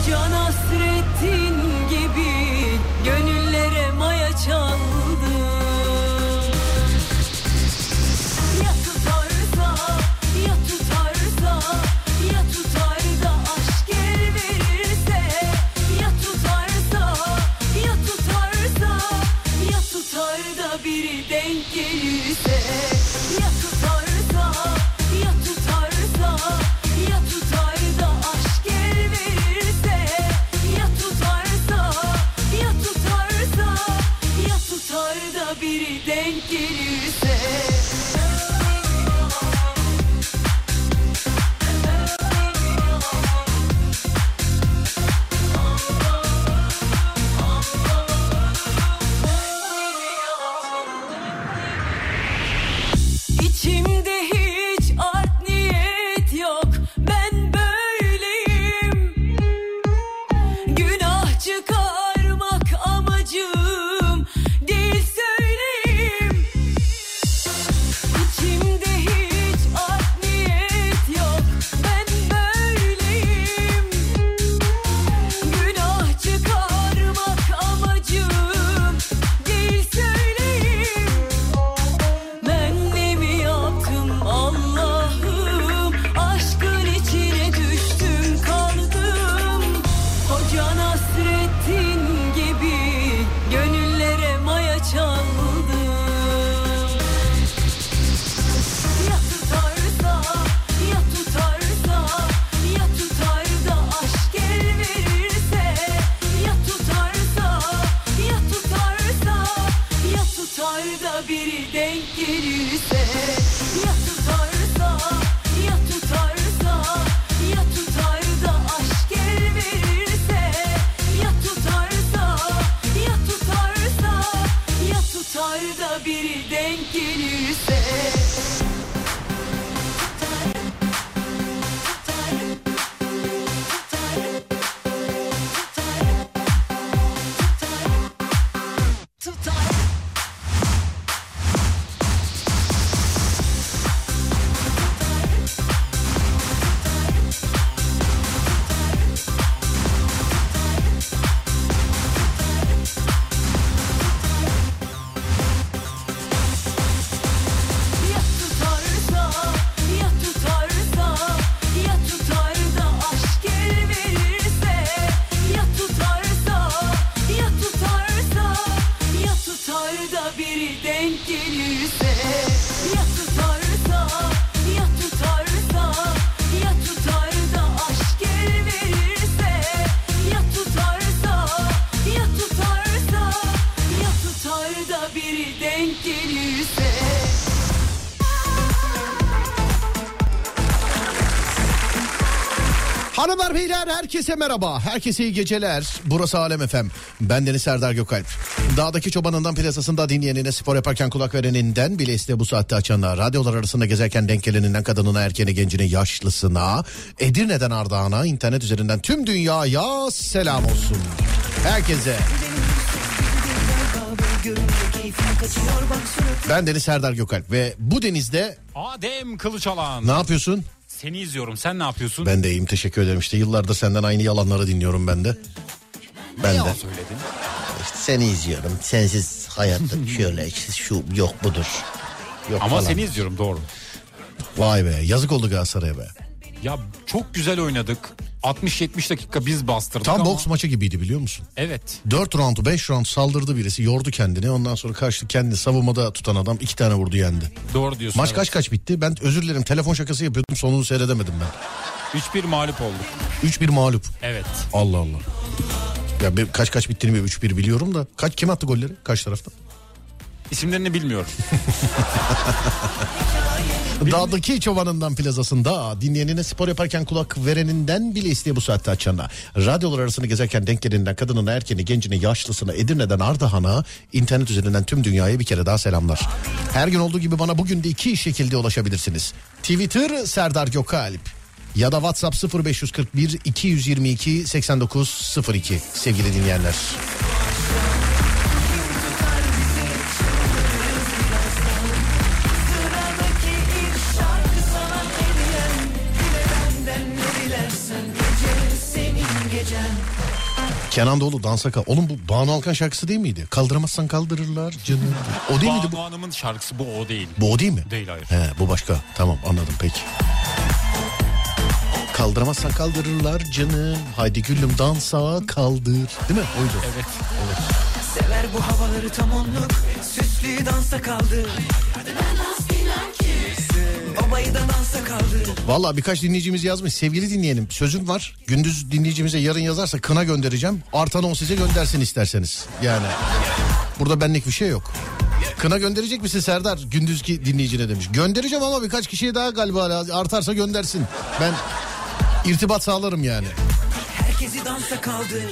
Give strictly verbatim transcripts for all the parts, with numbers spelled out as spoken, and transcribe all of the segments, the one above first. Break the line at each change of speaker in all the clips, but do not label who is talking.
Hoca Nasrettin gibi gönüllere maya çaldı. Ya tutarsa, ya tutarsa, ya tutar da aşk el verirse. Ya tutarsa, ya tutarsa, ya tutar da biri denk gelirse. Ya tutarsa, ya tutarsa, ya tutar da aşk el verirse. Ya tutarsa, ya tutarsa, ya tutar da biri denk gelirse. İçimde hiç art niyet yok, ben böyleyim. Günah çıkarmak amacım değil, söyleyeyim. İçimde hiç art niyet yok, ben böyleyim. Günah çıkarmak amacım değil, söyleyeyim. Ben ne mi yaptım Allah'ım, aşkın içine düştüm kaldım. Hoca Nasrettin gibi gönüllere maya çaldım. Ya tutarsa, ya tutarsa, ya tutar da aşk el verirse. Ya tutarsa, ya tutarsa, ya tutar da biri denk gelirse. Ya tutarsa, ya tutarsa, ya tutar da aşk el verirse. Ya tutarsa, ya tutarsa, ya tutar da biri denk gelirse. Ya tutarsa, ya tutarsa, ya tutar da aşk el verirse. Ya tutarsa, ya tutarsa, ya tutar da biri denk gelirse. Ya tutarsa, ya tutarsa, ya tutar da aşk el verirse. Ya tutarsa, ya tutarsa, ya tutar da biri denk gelirse.
Hanımlar beyler herkese merhaba. Herkese iyi geceler. Burası Alem F M. Ben Deniz Serdar Gökalp. Dağdaki çobanından plazasında dinleyenine, spor yaparken kulak vereninden, bile iste bu saatte açanına, radyolar arasında gezerken denk geleninden kadınına, erkeğine, gencine, yaşlısına, Edirne'den Ardahan'a, internet üzerinden tüm dünyaya selam olsun. Herkese. Ben Deniz Serdar Gökalp ve bu denizde
Adem Kılıçalan.
ne yapıyorsun?
Seni izliyorum. Sen ne yapıyorsun?
Ben de iyiyim, teşekkür ederim. İşte yıllardır senden aynı yalanları dinliyorum ben de. Ben
ne
de.
yalan söyledin?
İşte seni izliyorum. Sensiz hayatta şöyle şu yok budur. Yok
Ama
falan.
seni izliyorum, doğru.
Vay be, yazık oldu Galatasaray'a be.
Ya çok güzel oynadık. altmış yetmiş dakika biz bastırdık
Tam
ama...
boks maçı gibiydi, biliyor musun?
Evet.
dört roundu beş round saldırdı birisi, yordu kendini. Ondan sonra karşı kendini savunmada tutan adam iki tane vurdu, yendi.
Doğru diyorsun.
Maç
evet.
kaç kaç bitti? Ben özür dilerim, telefon şakası yapıyordum, sonunu seyredemedim ben.
üç bir mağlup olduk.
üç bir mağlup.
Evet.
Allah Allah. Ya ben kaç kaç bittiğini üç bir biliyorum da. Kaç, kim attı golleri? Kaç taraftan?
İsimlerini bilmiyorum.
Dağdaki çobanından plazasında dinleyenine, spor yaparken kulak vereninden, bile isteye bu saatte açana, radyolar arasını gezerken denk geleninden kadınına, erkeğine, gencine, yaşlısına, Edirne'den Ardahan'a, internet üzerinden tüm dünyaya bir kere daha selamlar. Her gün olduğu gibi bana bugün de iki şekilde ulaşabilirsiniz. Twitter Serdar Gökalp ya da WhatsApp sıfır beş kırk bir iki yüz yirmi iki seksen dokuz sıfır iki sevgili dinleyenler. Kenan Doğulu dansa kal. Oğlum bu Banu Alkan şarkısı değil miydi? Kaldıramazsan kaldırırlar canım. O değil miydi bu?
Banu Hanım'ın şarkısı bu, o değil.
Bu o değil mi?
Değil, hayır.
He, bu başka. Tamam, anladım, peki. Kaldıramazsan kaldırırlar canım. Haydi gülüm dansa kaldır. Değil mi? Oydu.
Evet.
Evet.
Sever bu havaları tam onluk. Süslü dansa kaldı. Babayı da dansa kaldı.
Vallahi birkaç dinleyicimiz yazmış. Sevgili dinleyenim, sözüm var. Gündüz dinleyicimize yarın yazarsa kına göndereceğim. Artan on size göndersin isterseniz. Yani burada benlik bir şey yok. Kına gönderecek misin Serdar? Gündüzki dinleyicine demiş. Göndereceğim ama birkaç kişiye daha galiba artarsa göndersin. Ben irtibat sağlarım yani.
Herkesi dansa kaldır.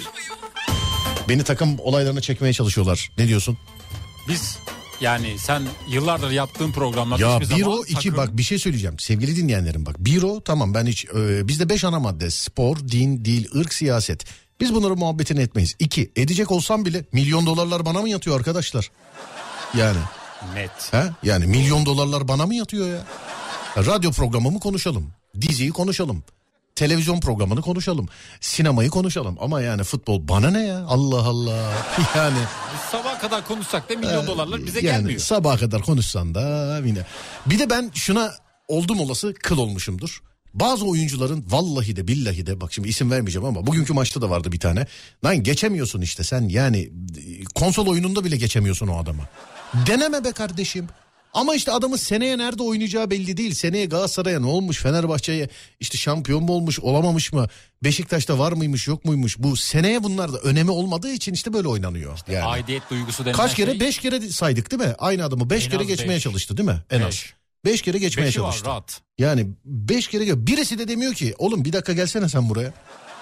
Beni takım olaylarına çekmeye çalışıyorlar. Ne diyorsun?
Biz yani sen yıllardır yaptığın programlarda
Ya
hiçbir
bir
zaman
o iki
takım-
bak bir şey söyleyeceğim sevgili dinleyenlerim, bak bir o tamam, ben hiç e, bizde beş ana madde: spor, din, dil, ırk, siyaset. Biz bunları muhabbetini etmeyiz. İki, edecek olsam bile milyon dolarlar bana mı yatıyor arkadaşlar? Yani
net.
he? Yani milyon dolarlar bana mı yatıyor ya? Ya radyo programımı konuşalım, diziyi konuşalım, televizyon programını konuşalım, sinemayı konuşalım, ama yani futbol bana ne ya? Allah Allah. Yani
Biz sabaha kadar konuşsak da milyon dolarlar bize
yani
gelmiyor.
sabaha kadar konuşsan da yine. Bir de ben şuna oldum olası kıl olmuşumdur. Bazı oyuncuların vallahi de billahi de, bak şimdi isim vermeyeceğim ama bugünkü maçta da vardı bir tane. Lan geçemiyorsun işte sen, yani konsol oyununda bile geçemiyorsun o adama. Deneme be kardeşim. Ama işte adamın seneye nerede oynayacağı belli değil. Seneye Galatasaray'a ne olmuş, Fenerbahçe'ye işte şampiyon mu olmuş, olamamış mı, Beşiktaş'ta var mıymış, yok muymuş. Bu seneye bunlar da önemi olmadığı için işte böyle oynanıyor. Yani.
Aidiyet duygusu denen
Kaç kere?
şey.
Beş kere saydık değil mi? Aynı adamı beş
En
kere
az
geçmeye
beş.
çalıştı değil mi? En az.
Beş.
Beş kere geçmeye
Beşi var,
çalıştı.
rahat.
Yani beş kere gel. Birisi de demiyor ki oğlum bir dakika gelsene sen buraya.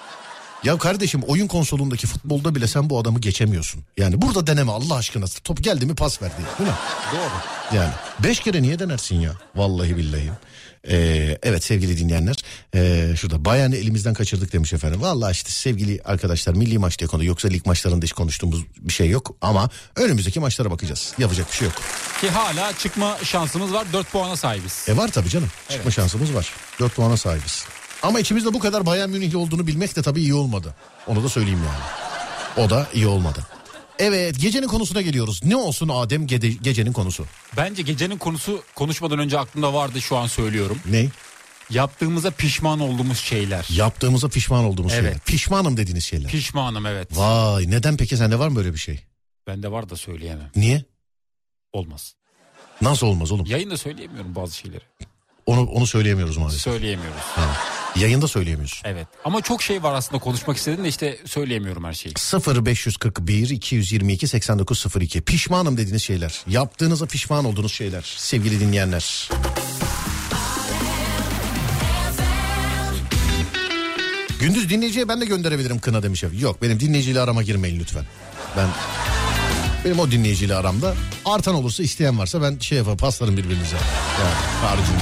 Ya kardeşim, oyun konsolundaki futbolda bile sen bu adamı geçemiyorsun. Yani burada deneme Allah aşkına. Top geldi mi pas verdi, değil mi?
Doğru.
Yani beş kere niye denersin ya? Vallahi billahi. Ee, evet sevgili dinleyenler, ee, şurada Bayern'i elimizden kaçırdık demiş efendim. Vallahi işte sevgili arkadaşlar, milli maç diye konu, yoksa lig maçlarında hiç konuştuğumuz bir şey yok. Ama önümüzdeki maçlara bakacağız. Yapacak bir şey yok.
Ki hala çıkma şansımız var. dört puana sahibiz.
E var tabii canım. Çıkma
Evet.
şansımız var. dört puana sahibiz. Ama içimizde bu kadar Bayern Münihli olduğunu bilmek de tabii iyi olmadı. Onu da söyleyeyim yani. O da iyi olmadı. Evet, gecenin konusuna geliyoruz. Ne olsun Adem gede, gecenin konusu?
Bence gecenin konusu konuşmadan önce aklımda vardı, şu an söylüyorum.
Ne?
Yaptığımıza pişman olduğumuz şeyler.
Yaptığımıza pişman olduğumuz
Evet.
şeyler. Pişmanım dediğiniz şeyler.
Pişmanım, evet.
Vay, neden peki, sende var mı böyle bir şey?
Bende var da söyleyemem.
Niye?
Olmaz.
Nasıl olmaz oğlum?
Yayında söyleyemiyorum bazı şeyleri.
Onu onu söyleyemiyoruz maalesef.
Söyleyemiyoruz.
Ha. Yayında söyleyemiyorsun.
Evet. Ama çok şey var aslında konuşmak istediğim de işte söyleyemiyorum her şeyi.
sıfır beş kırk bir iki yüz yirmi iki seksen dokuz sıfır iki. Pişmanım dediğiniz şeyler. Yaptığınıza pişman olduğunuz şeyler. Sevgili dinleyenler. Gündüz dinleyiciye ben de gönderebilirim kına demiş. Yok, benim dinleyiciyle arama girmeyin lütfen. Ben benim o dinleyiciyle aramda artan olursa, isteyen varsa ben şey yaparım, paslarım birbirinize. Yani haricinde.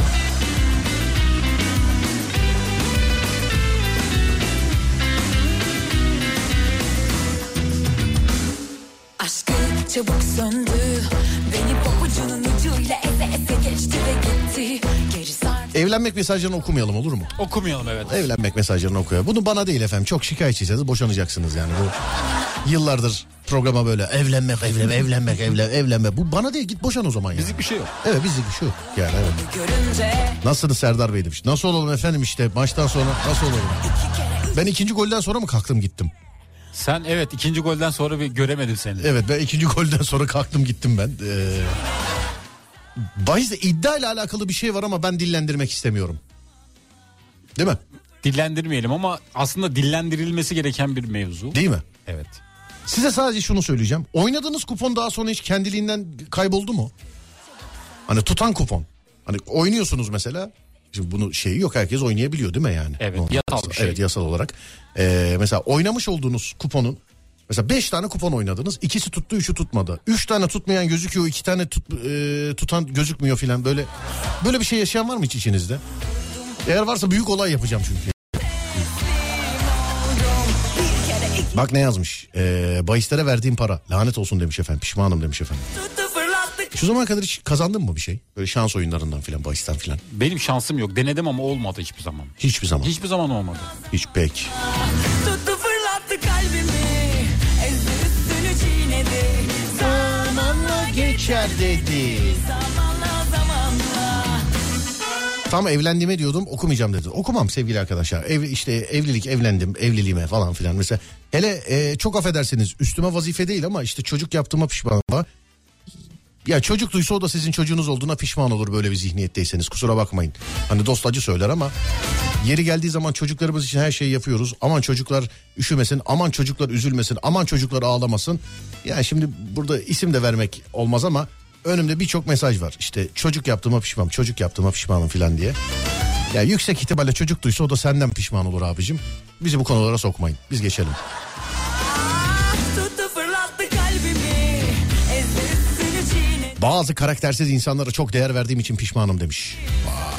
Aşkı çabuk söndü. Beni pabucunun ucuyla eze eze geçti ve gitti. Geri sardı.
Evlenmek mesajlarını okumayalım, olur mu?
Okumayalım, evet.
Evlenmek mesajlarını okuyor. Bunu bana değil efendim. Çok şikayetçiyseniz boşanacaksınız yani. Bu yıllardır programa böyle evlenmek, evlenmek, evlenmek, evlen, evlenmek. Bu bana değil, git boşan o zaman yani.
Bizlik bir şey yok.
Evet, bizlik bir şey yok. Yani evet.
Görünce
Nasılsınız Serdar Bey demiş. Nasıl olalım efendim işte maçtan sonra nasıl olalım? Ben ikinci golden sonra mı kalktım gittim?
Sen evet, ikinci golden sonra bir göremedim seni.
Evet, ben ikinci golden sonra kalktım gittim ben. Ee, bahisle iddia ile alakalı bir şey var ama ben dillendirmek istemiyorum. Değil mi?
Dillendirmeyelim ama aslında dillendirilmesi gereken bir mevzu.
Değil mi?
Evet.
Size sadece şunu söyleyeceğim. Oynadığınız kupon daha sonra hiç kendiliğinden kayboldu mu? Hani tutan kupon. Hani oynuyorsunuz mesela. Şimdi bunu şeyi yok, herkes oynayabiliyor değil mi yani?
Evet,
Normal.
yasal bir şey.
Evet, yasal olarak. Ee, mesela oynamış olduğunuz kuponun, mesela beş tane kupon oynadınız. İkisi tuttu, üçü tutmadı. Üç tane tutmayan gözüküyor, iki tane tut, e, tutan gözükmüyor filan. Böyle böyle bir şey yaşayan var mı hiç içinizde? Eğer varsa büyük olay yapacağım çünkü. Bak ne yazmış. Ee, bahislere verdiğim para lanet olsun demiş efendim. Pişmanım demiş efendim.
tuttu fırlattık.
Şu zamana kadar hiç kazandın mı bir şey? Böyle şans oyunlarından filan, bahisten filan.
Benim şansım yok. Denedim ama olmadı hiçbir zaman.
Hiçbir zaman. Hiç,
Hiçbir zaman olmadı.
hiç pek.
Tuttu fırlattı
geçer dedi. Tam evlendiğime diyordum, okumayacağım dedi. Okumam sevgili arkadaşlar. Ev, işte evlilik, evlendim, evliliğime falan filan. Mesela hele e, çok affedersiniz, üstüme vazife değil ama işte çocuk yaptığıma pişmanım. Ya çocuk duysa o da sizin çocuğunuz olduğuna pişman olur böyle bir zihniyetteyseniz, kusura bakmayın. Hani dost acı söyler ama yeri geldiği zaman çocuklarımız için her şeyi yapıyoruz. Aman çocuklar üşümesin, aman çocuklar üzülmesin, aman çocuklar ağlamasın. Ya şimdi burada isim de vermek olmaz ama önümde birçok mesaj var. İşte çocuk yaptığıma pişmanım, çocuk yaptığıma pişmanım filan diye. Ya yüksek ihtimalle çocuk duysa o da senden pişman olur abicim. Bizi bu konulara sokmayın, biz geçelim. Bazı karaktersiz insanlara çok değer verdiğim için pişmanım demiş. Vay.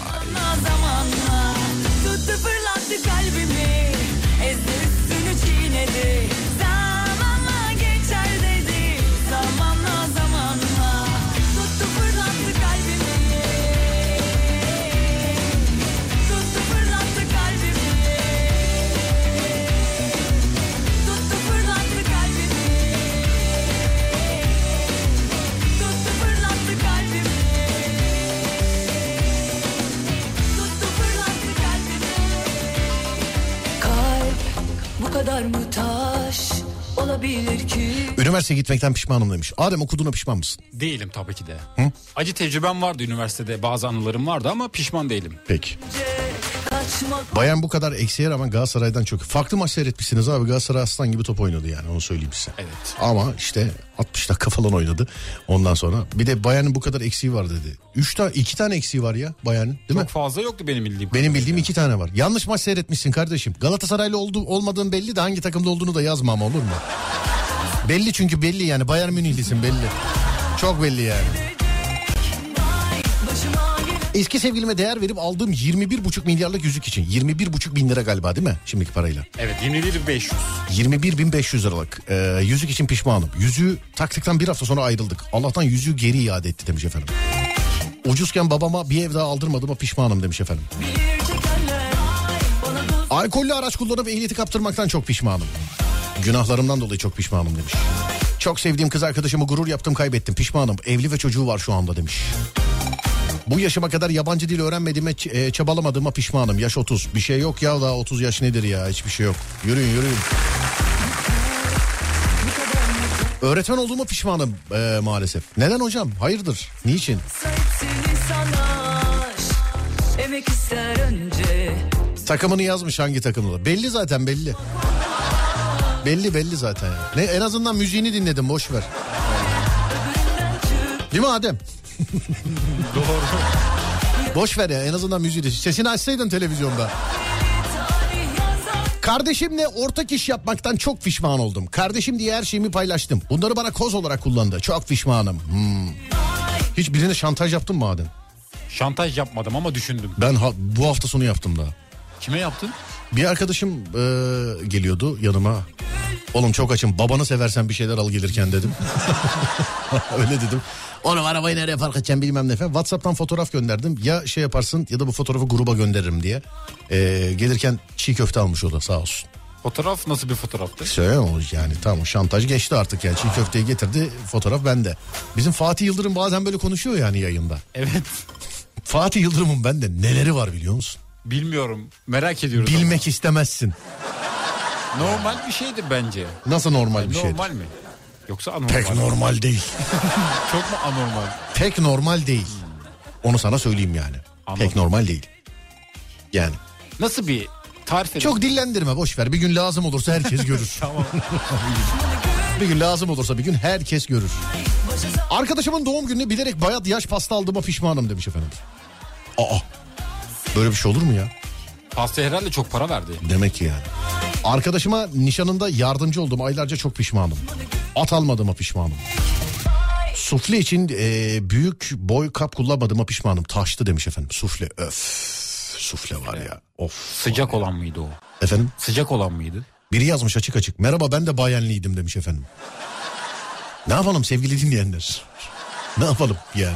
Olabilir ki.
Üniversiteye gitmekten pişmanım demiş. Adem, okuduğuna pişman mısın?
Değilim tabii ki de.
Hı?
Acı tecrübem vardı üniversitede, bazı anılarım vardı ama pişman değilim.
Peki. Bayan bu kadar eksiğe rağmen Galatasaray'dan çok. Farklı maç seyretmişsiniz abi. Galatasaray aslan gibi top oynadı yani, onu söyleyeyim size.
Evet.
Ama işte altmış dakika falan oynadı ondan sonra. Bir de Bayern'in bu kadar eksiği var dedi. Üç tane, iki tane eksiği var ya Bayern'in, değil
Çok
mi?
Çok fazla yoktu benim bildiğim.
Benim bildiğim iki tane var. Yanlış maç seyretmişsin kardeşim. Galatasaraylı oldu, olmadığın belli de hangi takımda olduğunu da yazma ama, olur mu? Belli çünkü belli yani. Bayern Münihlisin belli. Çok belli yani. Eski sevgilime değer verip aldığım yirmi bir buçuk milyarlık yüzük için. yirmi bir buçuk bin lira galiba değil mi şimdiki parayla?
Evet, yirmi bir bin beş yüz.
yirmi bir bin beş yüz liralık e, yüzük için pişmanım. Yüzüğü taktıktan bir hafta sonra ayrıldık. Allah'tan yüzüğü geri iade etti demiş efendim. Ucuzken babama bir ev daha aldırmadığıma pişmanım demiş efendim. Alkollü araç kullanıp ehliyeti kaptırmaktan çok pişmanım. Günahlarımdan dolayı çok pişmanım demiş. Çok sevdiğim kız arkadaşımı gurur yaptım, kaybettim, pişmanım. Evli ve çocuğu var şu anda demiş. Bu yaşıma kadar yabancı dil öğrenmediğime, çabalamadığıma pişmanım. Yaş otuz. Bir şey yok ya, daha otuz yaş nedir ya, hiçbir şey yok. Yürüyün yürüyün. Öğretmen olduğuma pişmanım ee, maalesef. Neden hocam? Hayırdır? Niçin? Takımını yazmış, hangi takımlı? Belli zaten, belli. Belli belli zaten. Yani. Ne, en azından müziğini dinledim, boş ver. Değil mi Adem?
Doğru.
Boş ver ya, en azından müziği. Sesini açsaydın televizyonda. Kardeşimle ortak iş yapmaktan çok pişman oldum. Kardeşim diye her şeyimi paylaştım. Bunları bana koz olarak kullandı. Çok pişmanım. Hmm. Hiç birine şantaj yaptın mı Adem?
Şantaj yapmadım ama düşündüm.
Ben ha- bu hafta sonu yaptım daha.
Kime yaptın?
Bir arkadaşım e, geliyordu yanıma. Oğlum çok açım, babanı seversen bir şeyler al gelirken dedim. Öyle dedim. Oğlum arabayı nereye park edeceğim bilmem ne falan. WhatsApp'tan fotoğraf gönderdim. Ya şey yaparsın ya da bu fotoğrafı gruba gönderirim diye. E, gelirken çiğ köfte almış o da, sağ olsun.
Fotoğraf nasıl bir fotoğraftı?
Söyleyemem yani, tamam, şantaj geçti artık yani. Çiğ köfteyi getirdi, fotoğraf bende. Bizim Fatih Yıldırım bazen böyle konuşuyor yani yayında.
Evet.
Fatih Yıldırım'ın bende neleri var biliyor musun?
Bilmiyorum, merak ediyoruz.
Bilmek
ama.
istemezsin.
Normal bir şeydir bence.
Nasıl normal
yani
bir şey?
Normal mi? Yoksa anormal
Pek
mi?
normal değil.
Çok mu anormal?
Pek normal değil. Onu sana söyleyeyim yani.
Anladım.
Pek normal değil. Yani.
Nasıl bir tarif edin?
Çok dillendirme, boş ver. Bir gün lazım olursa herkes görür.
Tamam.
Bir gün lazım olursa bir gün herkes görür. Arkadaşımın doğum gününe bilerek bayat yaş pasta aldığıma pişmanım demiş efendim. Aa. Böyle bir şey olur mu ya?
Pasta herhalde çok para verdi.
Demek ki yani. Arkadaşıma nişanında yardımcı oldum. Aylarca çok pişmanım. At almadığıma pişmanım. Sufle için e, büyük boy kap kullanmadığıma pişmanım. Taştı demiş efendim. Sufle, öf. Sufle var ya. Of.
Sıcak olan mıydı o?
Efendim?
Sıcak olan mıydı?
Biri yazmış açık açık. Merhaba, ben de Bayernliydim demiş efendim. Ne yapalım sevgili dinleyenler? Ne yapalım yani?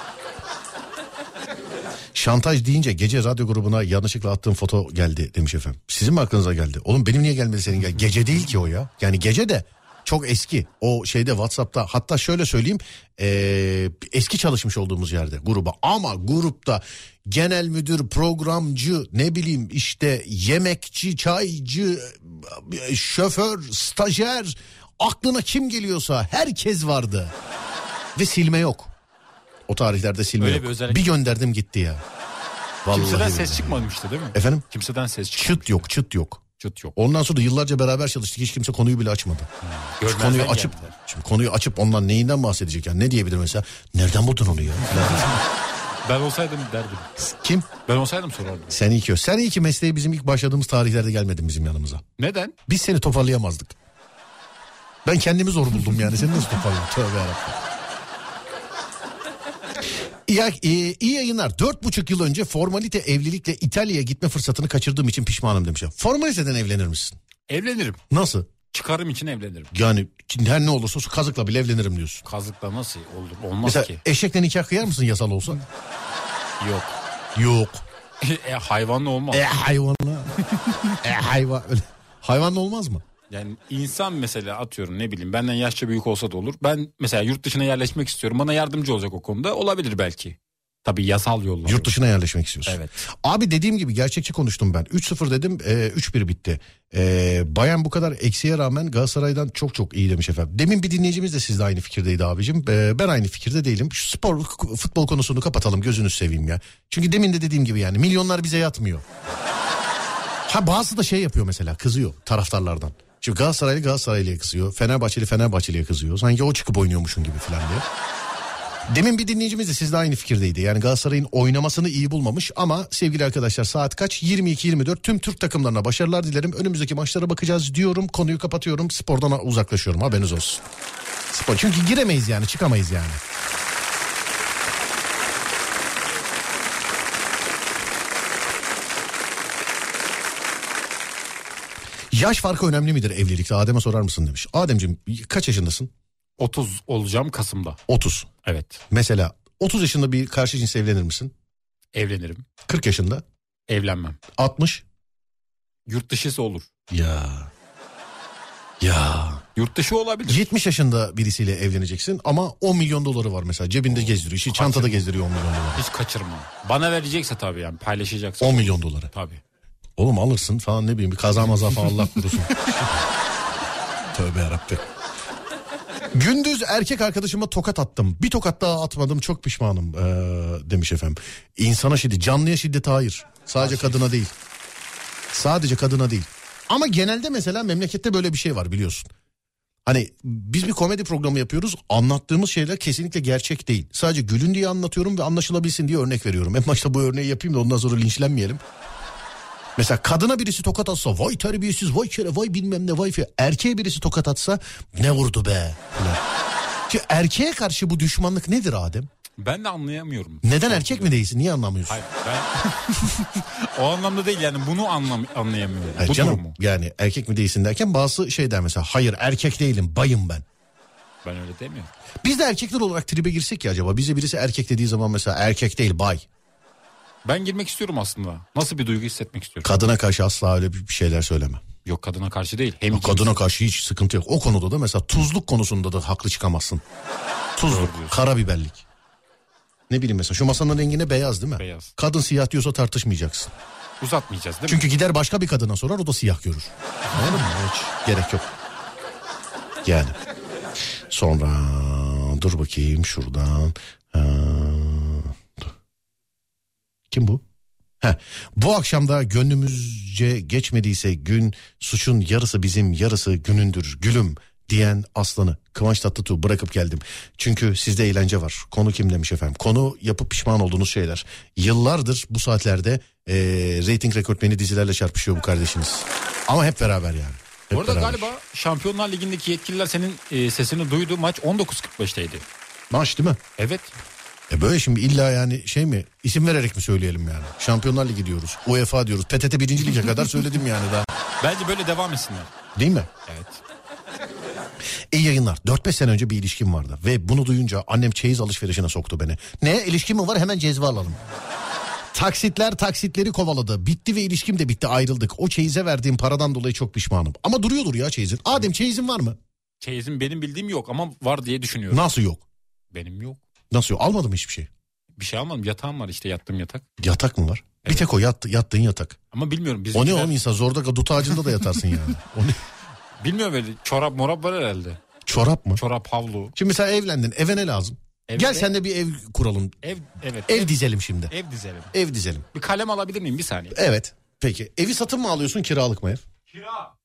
Şantaj deyince gece radyo grubuna yanlışlıkla attığım foto geldi demiş efendim. Sizin mi aklınıza geldi? Oğlum benim niye gelmedi, senin gel? Gece değil ki o ya. Yani gece de Çok eski. O şeyde WhatsApp'ta, hatta şöyle söyleyeyim, ee, eski çalışmış olduğumuz yerde gruba, ama grupta genel müdür, programcı, ne bileyim işte yemekçi, çaycı, şoför, stajyer, aklına kim geliyorsa herkes vardı. Ve silme yok. O tarihlerde silme
Öyle
yok.
bir özellik.
Bir gönderdim gitti ya. Vallahi
Kimseden ses
billahi.
çıkmamıştı değil mi?
Efendim?
Kimseden ses çıkmamıştı.
Çıt yok, çıt yok.
Çıt yok.
Ondan sonra da yıllarca beraber çalıştık. Hiç kimse konuyu bile açmadı.
Hmm.
Şu
Görmezden
konuyu açıp,
geldiler.
şimdi konuyu açıp ondan neyinden bahsedecek yani? Ne diyebilir mesela? Nereden buldun onu ya?
Ben olsaydım derdim.
Kim?
Ben olsaydım sorardım.
Sen iyi ki. Sen iyi ki mesleği bizim ilk başladığımız tarihlerde gelmedin bizim yanımıza.
Neden?
Biz seni toparlayamazdık. Ben kendimi zor buldum yani. Seni nasıl toparlayayım? Tövbe yarabbim. İyi, iyi, iyi yayınlar. Dört buçuk yıl önce formalite evlilikle İtalya'ya gitme fırsatını kaçırdığım için pişmanım demişim. Formaliteden evlenir misin?
Evlenirim.
Nasıl?
Çıkarım için evlenirim.
Yani her ne olursa olsun kazıkla bile evlenirim diyorsun.
Kazıkla nasıl olur? Olmaz
Mesela
ki.
eşekle nikah kıyar mısın yasal olsa?
Yok.
Yok.
e, hayvanla olmaz.
E hayvanla. e hayvan. Hayvanla olmaz mı?
Yani insan mesela atıyorum ne bileyim benden yaşça büyük olsa da olur. Ben mesela yurt dışına yerleşmek istiyorum. Bana yardımcı olacak o konuda. Olabilir belki. Tabii yasal yolla.
Yurt dışına yerleşmek istiyorsun.
Evet.
Abi dediğim gibi gerçekçi konuştum ben. üç sıfır dedim, e, üç bir bitti. E, Bayern bu kadar eksiğe rağmen Galatasaray'dan çok çok iyi demiş efendim. Demin bir dinleyicimiz de sizle aynı fikirdeydi abicim. E, ben aynı fikirde değilim. Şu spor, futbol konusunu kapatalım, gözünüz seveyim ya. Çünkü demin de dediğim gibi yani milyonlar bize yatmıyor. Ha bazı da şey yapıyor mesela, kızıyor taraftarlardan. Şimdi Galatasaraylı Galatasaraylı'ya kızıyor. Fenerbahçeli Fenerbahçeli'ye kızıyor. Sanki o çıkıp oynuyormuşun gibi falan diye. Demin bir dinleyicimiz de sizle aynı fikirdeydi. Yani Galatasaray'ın oynamasını iyi bulmamış ama sevgili arkadaşlar saat kaç? yirmi iki yirmi dört tüm Türk takımlarına başarılar dilerim. Önümüzdeki maçlara bakacağız diyorum. Konuyu kapatıyorum. Spordan uzaklaşıyorum. Haberiniz olsun. Spor. Çünkü giremeyiz yani, çıkamayız yani. Yaş farkı önemli midir evlilikte? Adem'e sorar mısın demiş. Ademciğim kaç yaşındasın?
otuz olacağım Kasım'da.
otuz.
Evet.
Mesela otuz yaşında bir karşı cins evlenir misin?
Evlenirim.
kırk yaşında?
Evlenmem.
altmış?
Yurt dışısı olur.
Ya. Ya.
Yurt dışı olabilir.
yetmiş yaşında birisiyle evleneceksin ama on milyon doları var mesela. Cebinde gezdiriyor. Şey, çantada gezdiriyor on milyon doları.
Hiç kaçırma. Bana verecekse tabii yani paylaşacaksa.
on milyon doları.
Tabii.
Oğlum alırsın falan, ne bileyim bir kaza maza falan Allah korusun. Tövbe yarabbim. Gündüz erkek arkadaşıma tokat attım. Bir tokat daha atmadım, çok pişmanım ee, demiş efendim. İnsana şiddet, canlıya şiddet hayır. Sadece kadına değil. Sadece kadına değil. Ama genelde mesela memlekette böyle bir şey var biliyorsun. Hani biz bir komedi programı yapıyoruz. Anlattığımız şeyler kesinlikle gerçek değil. Sadece gülün diye anlatıyorum ve anlaşılabilsin diye örnek veriyorum. En başta bu örneği yapayım da ondan sonra linçlenmeyelim. Mesela kadına birisi tokat atsa vay terbiyesiz, vay kere, vay bilmem ne, vay fe. Erkeğe birisi tokat atsa ne vurdu be. Şimdi erkeğe karşı bu düşmanlık nedir Adem?
Ben de anlayamıyorum.
Neden erkek mi değilsin? Niye anlamıyorsun?
Hayır ben o anlamda değil yani bunu anlam anlayamıyorum.
Hayır
bu
canım,
durumu.
yani erkek mi değilsin derken bazı şey der mesela, hayır erkek değilim, bayım ben.
Ben öyle demiyorum.
Biz de erkekler olarak tribe girsek ya acaba, bize birisi erkek dediği zaman mesela erkek değil bay.
Ben girmek istiyorum aslında. Nasıl bir duygu hissetmek istiyorum.
Kadına karşı asla öyle bir şeyler söyleme.
Yok kadına karşı değil. Hem
Yok, kadına karşı hiç sıkıntı yok. O konuda da mesela tuzluk konusunda da haklı çıkamazsın. Tuzluk, karabiberlik. Ne bileyim mesela şu masanın rengine beyaz değil mi?
Beyaz.
Kadın siyah diyorsa tartışmayacaksın.
Uzatmayacağız değil
Çünkü
mi?
gider başka bir kadına sorar, o da siyah görür. Anladın mı? Hiç gerek yok. Yani. Sonra dur bakayım şuradan. Ha, dur. Kim bu? Heh. Bu akşam da gönlümüzce geçmediyse gün, suçun yarısı bizim yarısı günündür gülüm diyen aslanı Kıvanç Tatlıtuğ bırakıp geldim. Çünkü sizde eğlence var. Konu kim demiş efendim? Konu yapıp pişman olduğunuz şeyler. Yıllardır bu saatlerde e, reyting rekortmeni dizilerle çarpışıyor bu kardeşiniz. Ama hep beraber yani. Hep
Orada
beraber.
galiba Şampiyonlar Ligi'ndeki yetkililer senin e, sesini duydu. Maç on dokuz kırk beşteydi.
Maç değil mi?
Evet.
E böyle şimdi illa yani şey mi, isim vererek mi söyleyelim yani? Şampiyonlar Ligi diyoruz, UEFA diyoruz, P T T birinci Lig'e kadar söyledim yani daha.
Bence böyle devam etsinler.
Değil mi?
Evet.
İyi yayınlar. dört beş sene önce bir ilişkim vardı ve bunu duyunca annem çeyiz alışverişine soktu beni. Ne, ilişkin mi var, hemen cezve alalım. Taksitler taksitleri kovaladı. Bitti ve ilişkim de bitti, ayrıldık. O çeyize verdiğim paradan dolayı çok pişmanım. Ama duruyordur ya çeyizin. Adem çeyizin var mı?
çeyizim benim bildiğim yok ama var diye düşünüyorum.
Nasıl yok?
Benim yok.
Nasıl yok? Almadım hiçbir şey.
Bir şey almadım. Yatağım var işte, yattığım yatak.
Yatak mı var? Evet. Bir tek o yattı, yattığın yatak.
Ama bilmiyorum.
O ne oğlum, insan zorda dut ağacında da yatarsın yani. O ne?
Bilmiyorum, öyle çorap morap var herhalde.
Çorap mı?
Çorap, havlu.
Şimdi mesela evlendin, eve ne lazım? Evde, Gel sen de bir ev kuralım.
Ev evet.
Ev, ev dizelim şimdi.
Ev dizelim.
Ev dizelim.
Bir kalem alabilir miyim bir saniye?
Evet. Peki evi satın mı alıyorsun, kiralık mı ev?
Kira.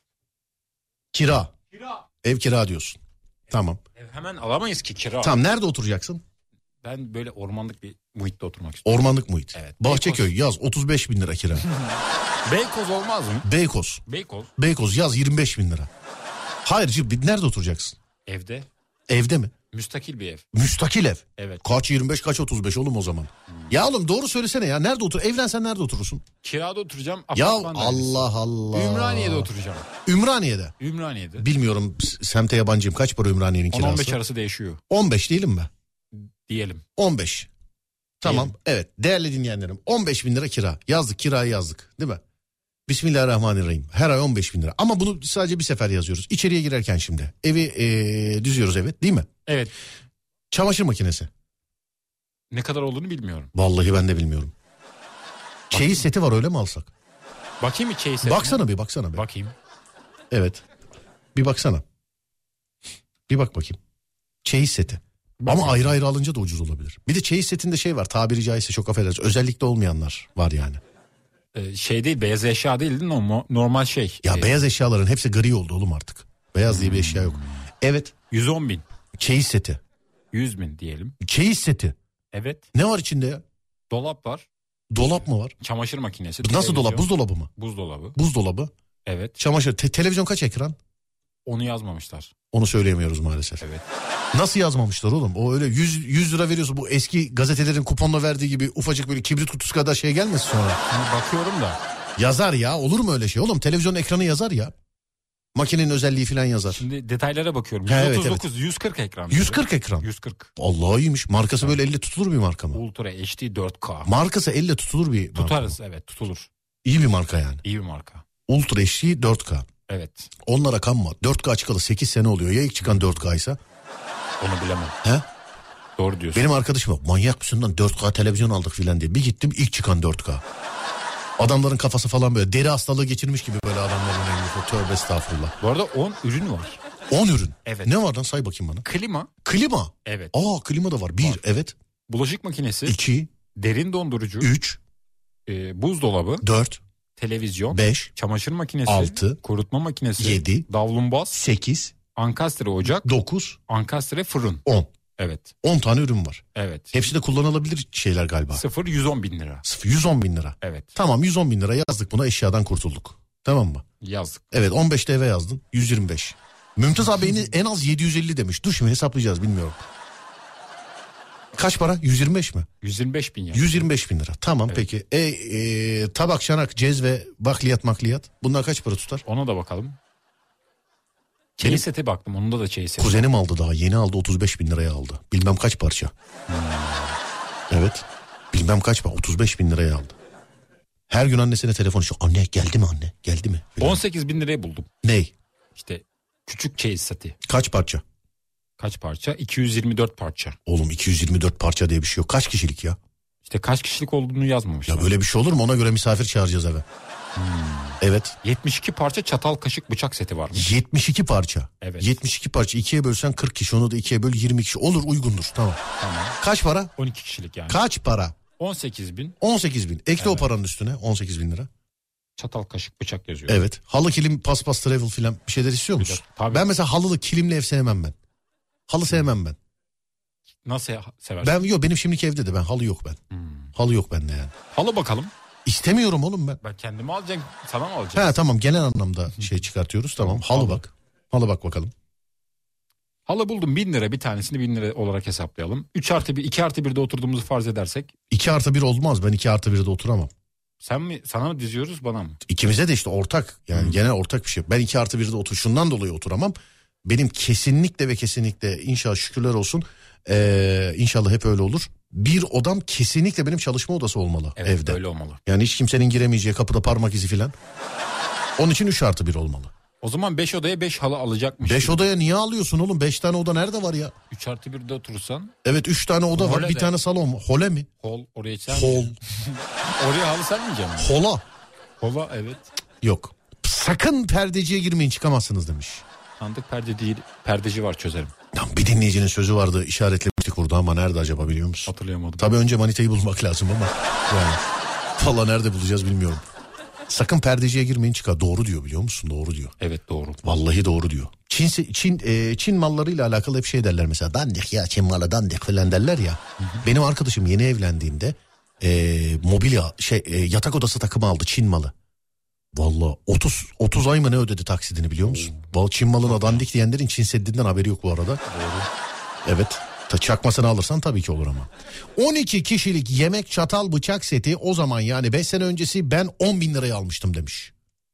Kira.
Kira.
Ev kira diyorsun. Tamam.
Ev hemen alamayız ki, kira.
Tamam, nerede oturacaksın?
Ben böyle ormanlık bir muhitte oturmak istiyorum.
Ormanlık muhit.
Evet.
Bahçeköy
Beykoz.
yaz otuz beş bin lira kira.
Beykoz olmaz mı?
Beykoz.
Beykoz.
Beykoz yaz yirmi beş bin lira. Hayır cip, nerede oturacaksın?
Evde.
Evde mi?
Müstakil bir ev.
Müstakil ev.
Evet.
Kaç yirmi beş kaç otuz beş oğlum o zaman. Hmm. Ya oğlum doğru söylesene ya, nerede otur? Evlensen nerede oturursun?
Kirada oturacağım.
Ya Allah Allah.
Ümraniye'de oturacağım.
Ümraniye'de.
Ümraniye'de.
Bilmiyorum, semte yabancıyım. Kaç para Ümraniye'nin kirası?
on on beş arası değişiyor.
on beş değilim mi?
Diyelim.
on beş. Tamam
Diyelim.
Evet değerli dinleyenlerim, on beş bin lira kira. Yazdık, kirayı yazdık değil mi? Bismillahirrahmanirrahim. Her ay on beş bin lira. Ama bunu sadece bir sefer yazıyoruz. İçeriye girerken şimdi. Evi ee, düzüyoruz, evet değil mi?
Evet.
Çamaşır makinesi.
Ne kadar olduğunu bilmiyorum.
Vallahi ben de bilmiyorum. Çeyiz seti var, öyle mi alsak?
Bakayım mı çeyiz setine?
Baksana bir baksana bir.
Bakayım.
Evet. Bir baksana. Bir bak bakayım. Çeyiz seti.
Bakayım.
Ama ayrı ayrı alınca da ucuz olabilir. Bir de çeyiz setinde şey var, tabiri caizse, çok affedersiniz, özellikle olmayanlar var yani.
Ee, şey değil, beyaz eşya değil değil mi? Normal şey.
Ya
ee,
beyaz eşyaların hepsi gri oldu oğlum artık. Beyaz diye bir eşya yok. Evet.
yüz on bin.
Çeyiz seti.
yüz bin diyelim.
Çeyiz seti.
Evet.
Ne var içinde ya?
Dolap var.
Dolap mı var?
Çamaşır makinesi.
Nasıl
televizyon.
dolap? Buzdolabı mı?
Buzdolabı.
Buzdolabı.
Evet.
Çamaşır. Te- televizyon kaç ekran?
Onu yazmamışlar.
Onu söyleyemiyoruz maalesef.
Evet.
Nasıl yazmamışlar oğlum? O öyle yüz, yüz lira veriyorsun. Bu eski gazetelerin kuponla verdiği gibi ufacık böyle kibrit kutusu kadar şey gelmesin sonra.
Şimdi bakıyorum da.
Yazar ya, olur mu öyle şey oğlum? Televizyon ekranı yazar ya. Makinenin özelliği falan yazar.
Şimdi detaylara bakıyorum.
Ha,
yüz otuz dokuz,
evet, evet.
yüz kırk ekran.
yüz kırk ekran.
yüz kırk.
Allah iyiymiş. Markası böyle elle tutulur bir marka mı?
Ultra H D dört K.
Markası elle tutulur bir marka.
Tutarız, evet, tutulur.
İyi bir marka yani.
İyi bir marka.
Ultra H D dört K.
Evet.
Onlara kanma. dört K çıkalı sekiz sene oluyor. Ya ilk çıkan dört K ise?
Onu bilemem.
He?
Doğru diyorsun.
Benim arkadaşım yok. Manyak mısın lan, dört K televizyon aldık filan diye. Bir gittim, ilk çıkan dört K. Adamların kafası falan böyle deri hastalığı geçirmiş gibi böyle adamların rengi. Tövbe estağfurullah.
Bu arada on ürün var.
on ürün.
Evet.
Ne var lan, say bakayım bana.
Klima.
Klima.
Evet.
Aa, klima da var. Bir,
Var.
evet.
Bulaşık makinesi.
İki,
Derin dondurucu.
üç,
E, buzdolabı.
dört,
Televizyon.
beş,
Çamaşır makinesi.
altı,
Kurutma makinesi.
yedi,
Davlumbaz.
sekiz,
Ankastre ocak.
dokuz,
Ankastre fırın.
on.
Evet.
on tane ürün var.
Evet.
Hepsi de kullanılabilir şeyler galiba.
Sıfır yüz on bin lira.
Sıfır, yüz on bin lira.
Evet.
Tamam, yüz on bin lira yazdık buna, eşyadan kurtulduk. Tamam mı?
Yazdık.
Evet, on beşte eve yazdın, yüz yirmi beş. Mümtaz abi en az yedi yüz elli demiş. Dur şimdi hesaplayacağız, bilmiyorum. Kaç para? yüz yirmi beş mi?
yüz yirmi beş bin ya.
yüz yirmi beş bin lira. Tamam,
Evet.
peki. E, e, tabak, çanak, cezve, bakliyat, makliyat. Bunlar kaç para tutar?
Ona da bakalım. Çeyiz
Benim-
sete baktım. Onda da çeyiz seti.
Kuzenim aldı daha. Yeni aldı, otuz beş bin liraya aldı. Bilmem kaç parça.
Hmm.
Evet. Bilmem kaç parça. otuz beş bin liraya aldı. Her gün annesine telefon açıyor. Anne geldi mi anne? Geldi mi? Falan.
on sekiz bin liraya buldum.
Ney?
İşte küçük çeyiz seti.
Kaç parça?
Kaç parça? iki yüz yirmi dört parça.
Oğlum iki yüz yirmi dört parça diye bir şey yok. Kaç kişilik ya?
İşte kaç kişilik olduğunu yazmamışlar.
Ya böyle bir şey olur mu? Ona göre misafir çağıracağız eve.
Hmm.
Evet.
yetmiş iki parça çatal kaşık bıçak seti varmış.
yetmiş iki parça.
Evet.
yetmiş iki parça. ikiye bölsen kırk kişi. Onu da ikiye böl yirmi kişi. Olur, uygundur. Tamam.
Tamam.
Kaç para?
on iki kişilik yani.
Kaç para?
on sekiz bin
on sekiz bin. Ekle o
Evet.
paranın üstüne. on sekiz bin lira.
çatal kaşık bıçak yazıyor.
Evet. Halı, kilim, paspas, travel filan bir şeyler istiyor musun?
Tabii.
Ben mesela halılı, kilimli ev sevmem ben. Halı sevmem ben.
Nasıl seversin?
Ben yok, benim şimdiki evde de ben halı yok ben.
Hmm.
Halı yok bende yani.
Halı bakalım.
İstemiyorum oğlum ben.
Ben kendime alacağım. Sana mı alacağım?
Ha tamam, genel anlamda şey çıkartıyoruz. Tamam. Halı,
Halı.
bak. Halı bak bakalım.
Halı buldum, bin lira, bir tanesini bin lira olarak hesaplayalım. üç artı bir, iki artı birde oturduğumuzu farz edersek.
iki artı bir olmaz. Ben iki artı birde oturamam.
Sen mi, sana mı diziyoruz, bana mı?
İkimize de işte ortak. Yani
Hmm.
genel ortak bir şey. Ben iki artı birde otur. Şundan dolayı oturamam. Benim kesinlikle ve kesinlikle, inşallah şükürler olsun, Ee, inşallah hep öyle olur. Bir odam kesinlikle benim çalışma odası olmalı
Evet,
evde.
öyle olmalı.
Yani hiç kimsenin giremeyeceği, kapıda parmak izi filan. Onun için üç artı bir olmalı.
O zaman beş odaya beş halı alacakmış.
beş odaya niye alıyorsun oğlum? beş tane oda nerede var ya?
üç artı birde oturursan.
Evet üç tane oda var,
Hole
bir
de.
tane salon. Hole mi?
Hol oraya sen.
Hol.
Oraya halı sermeyeceğim mi?
Hola.
Hola evet.
Yok. Sakın perdeciye girmeyin, çıkamazsınız demiş.
Sandık perde değil, perdeci var, çözerim.
Tam bir dinleyicinin sözü vardı, işaretlemiştik burada ama nerede acaba biliyor musun?
Hatırlayamadım.
Tabii önce manitayı bulmak lazım ama yani valla nerede bulacağız bilmiyorum. Sakın perdeciye girmeyin, çıkar. Doğru diyor biliyor musun? Doğru diyor.
Evet doğru.
Vallahi doğru diyor. Çin Çin e, Çin mallarıyla alakalı hep şey derler mesela, dandik ya Çin malı dandik falan derler ya. Hı hı. Benim arkadaşım yeni evlendiğinde e, mobilya şey e, yatak odası takımı aldı, Çin malı. Vallahi otuz otuz ay mı ne ödedi taksidini biliyor musun? Vallahi Çin malına dandik diyenlerin Çin Seddi'nden haberi yok bu arada.
Doğru.
Evet. Ta çakmasını alırsan tabii ki olur ama. on iki kişilik yemek çatal bıçak seti o zaman yani beş sene öncesi ben on bin liraya almıştım demiş.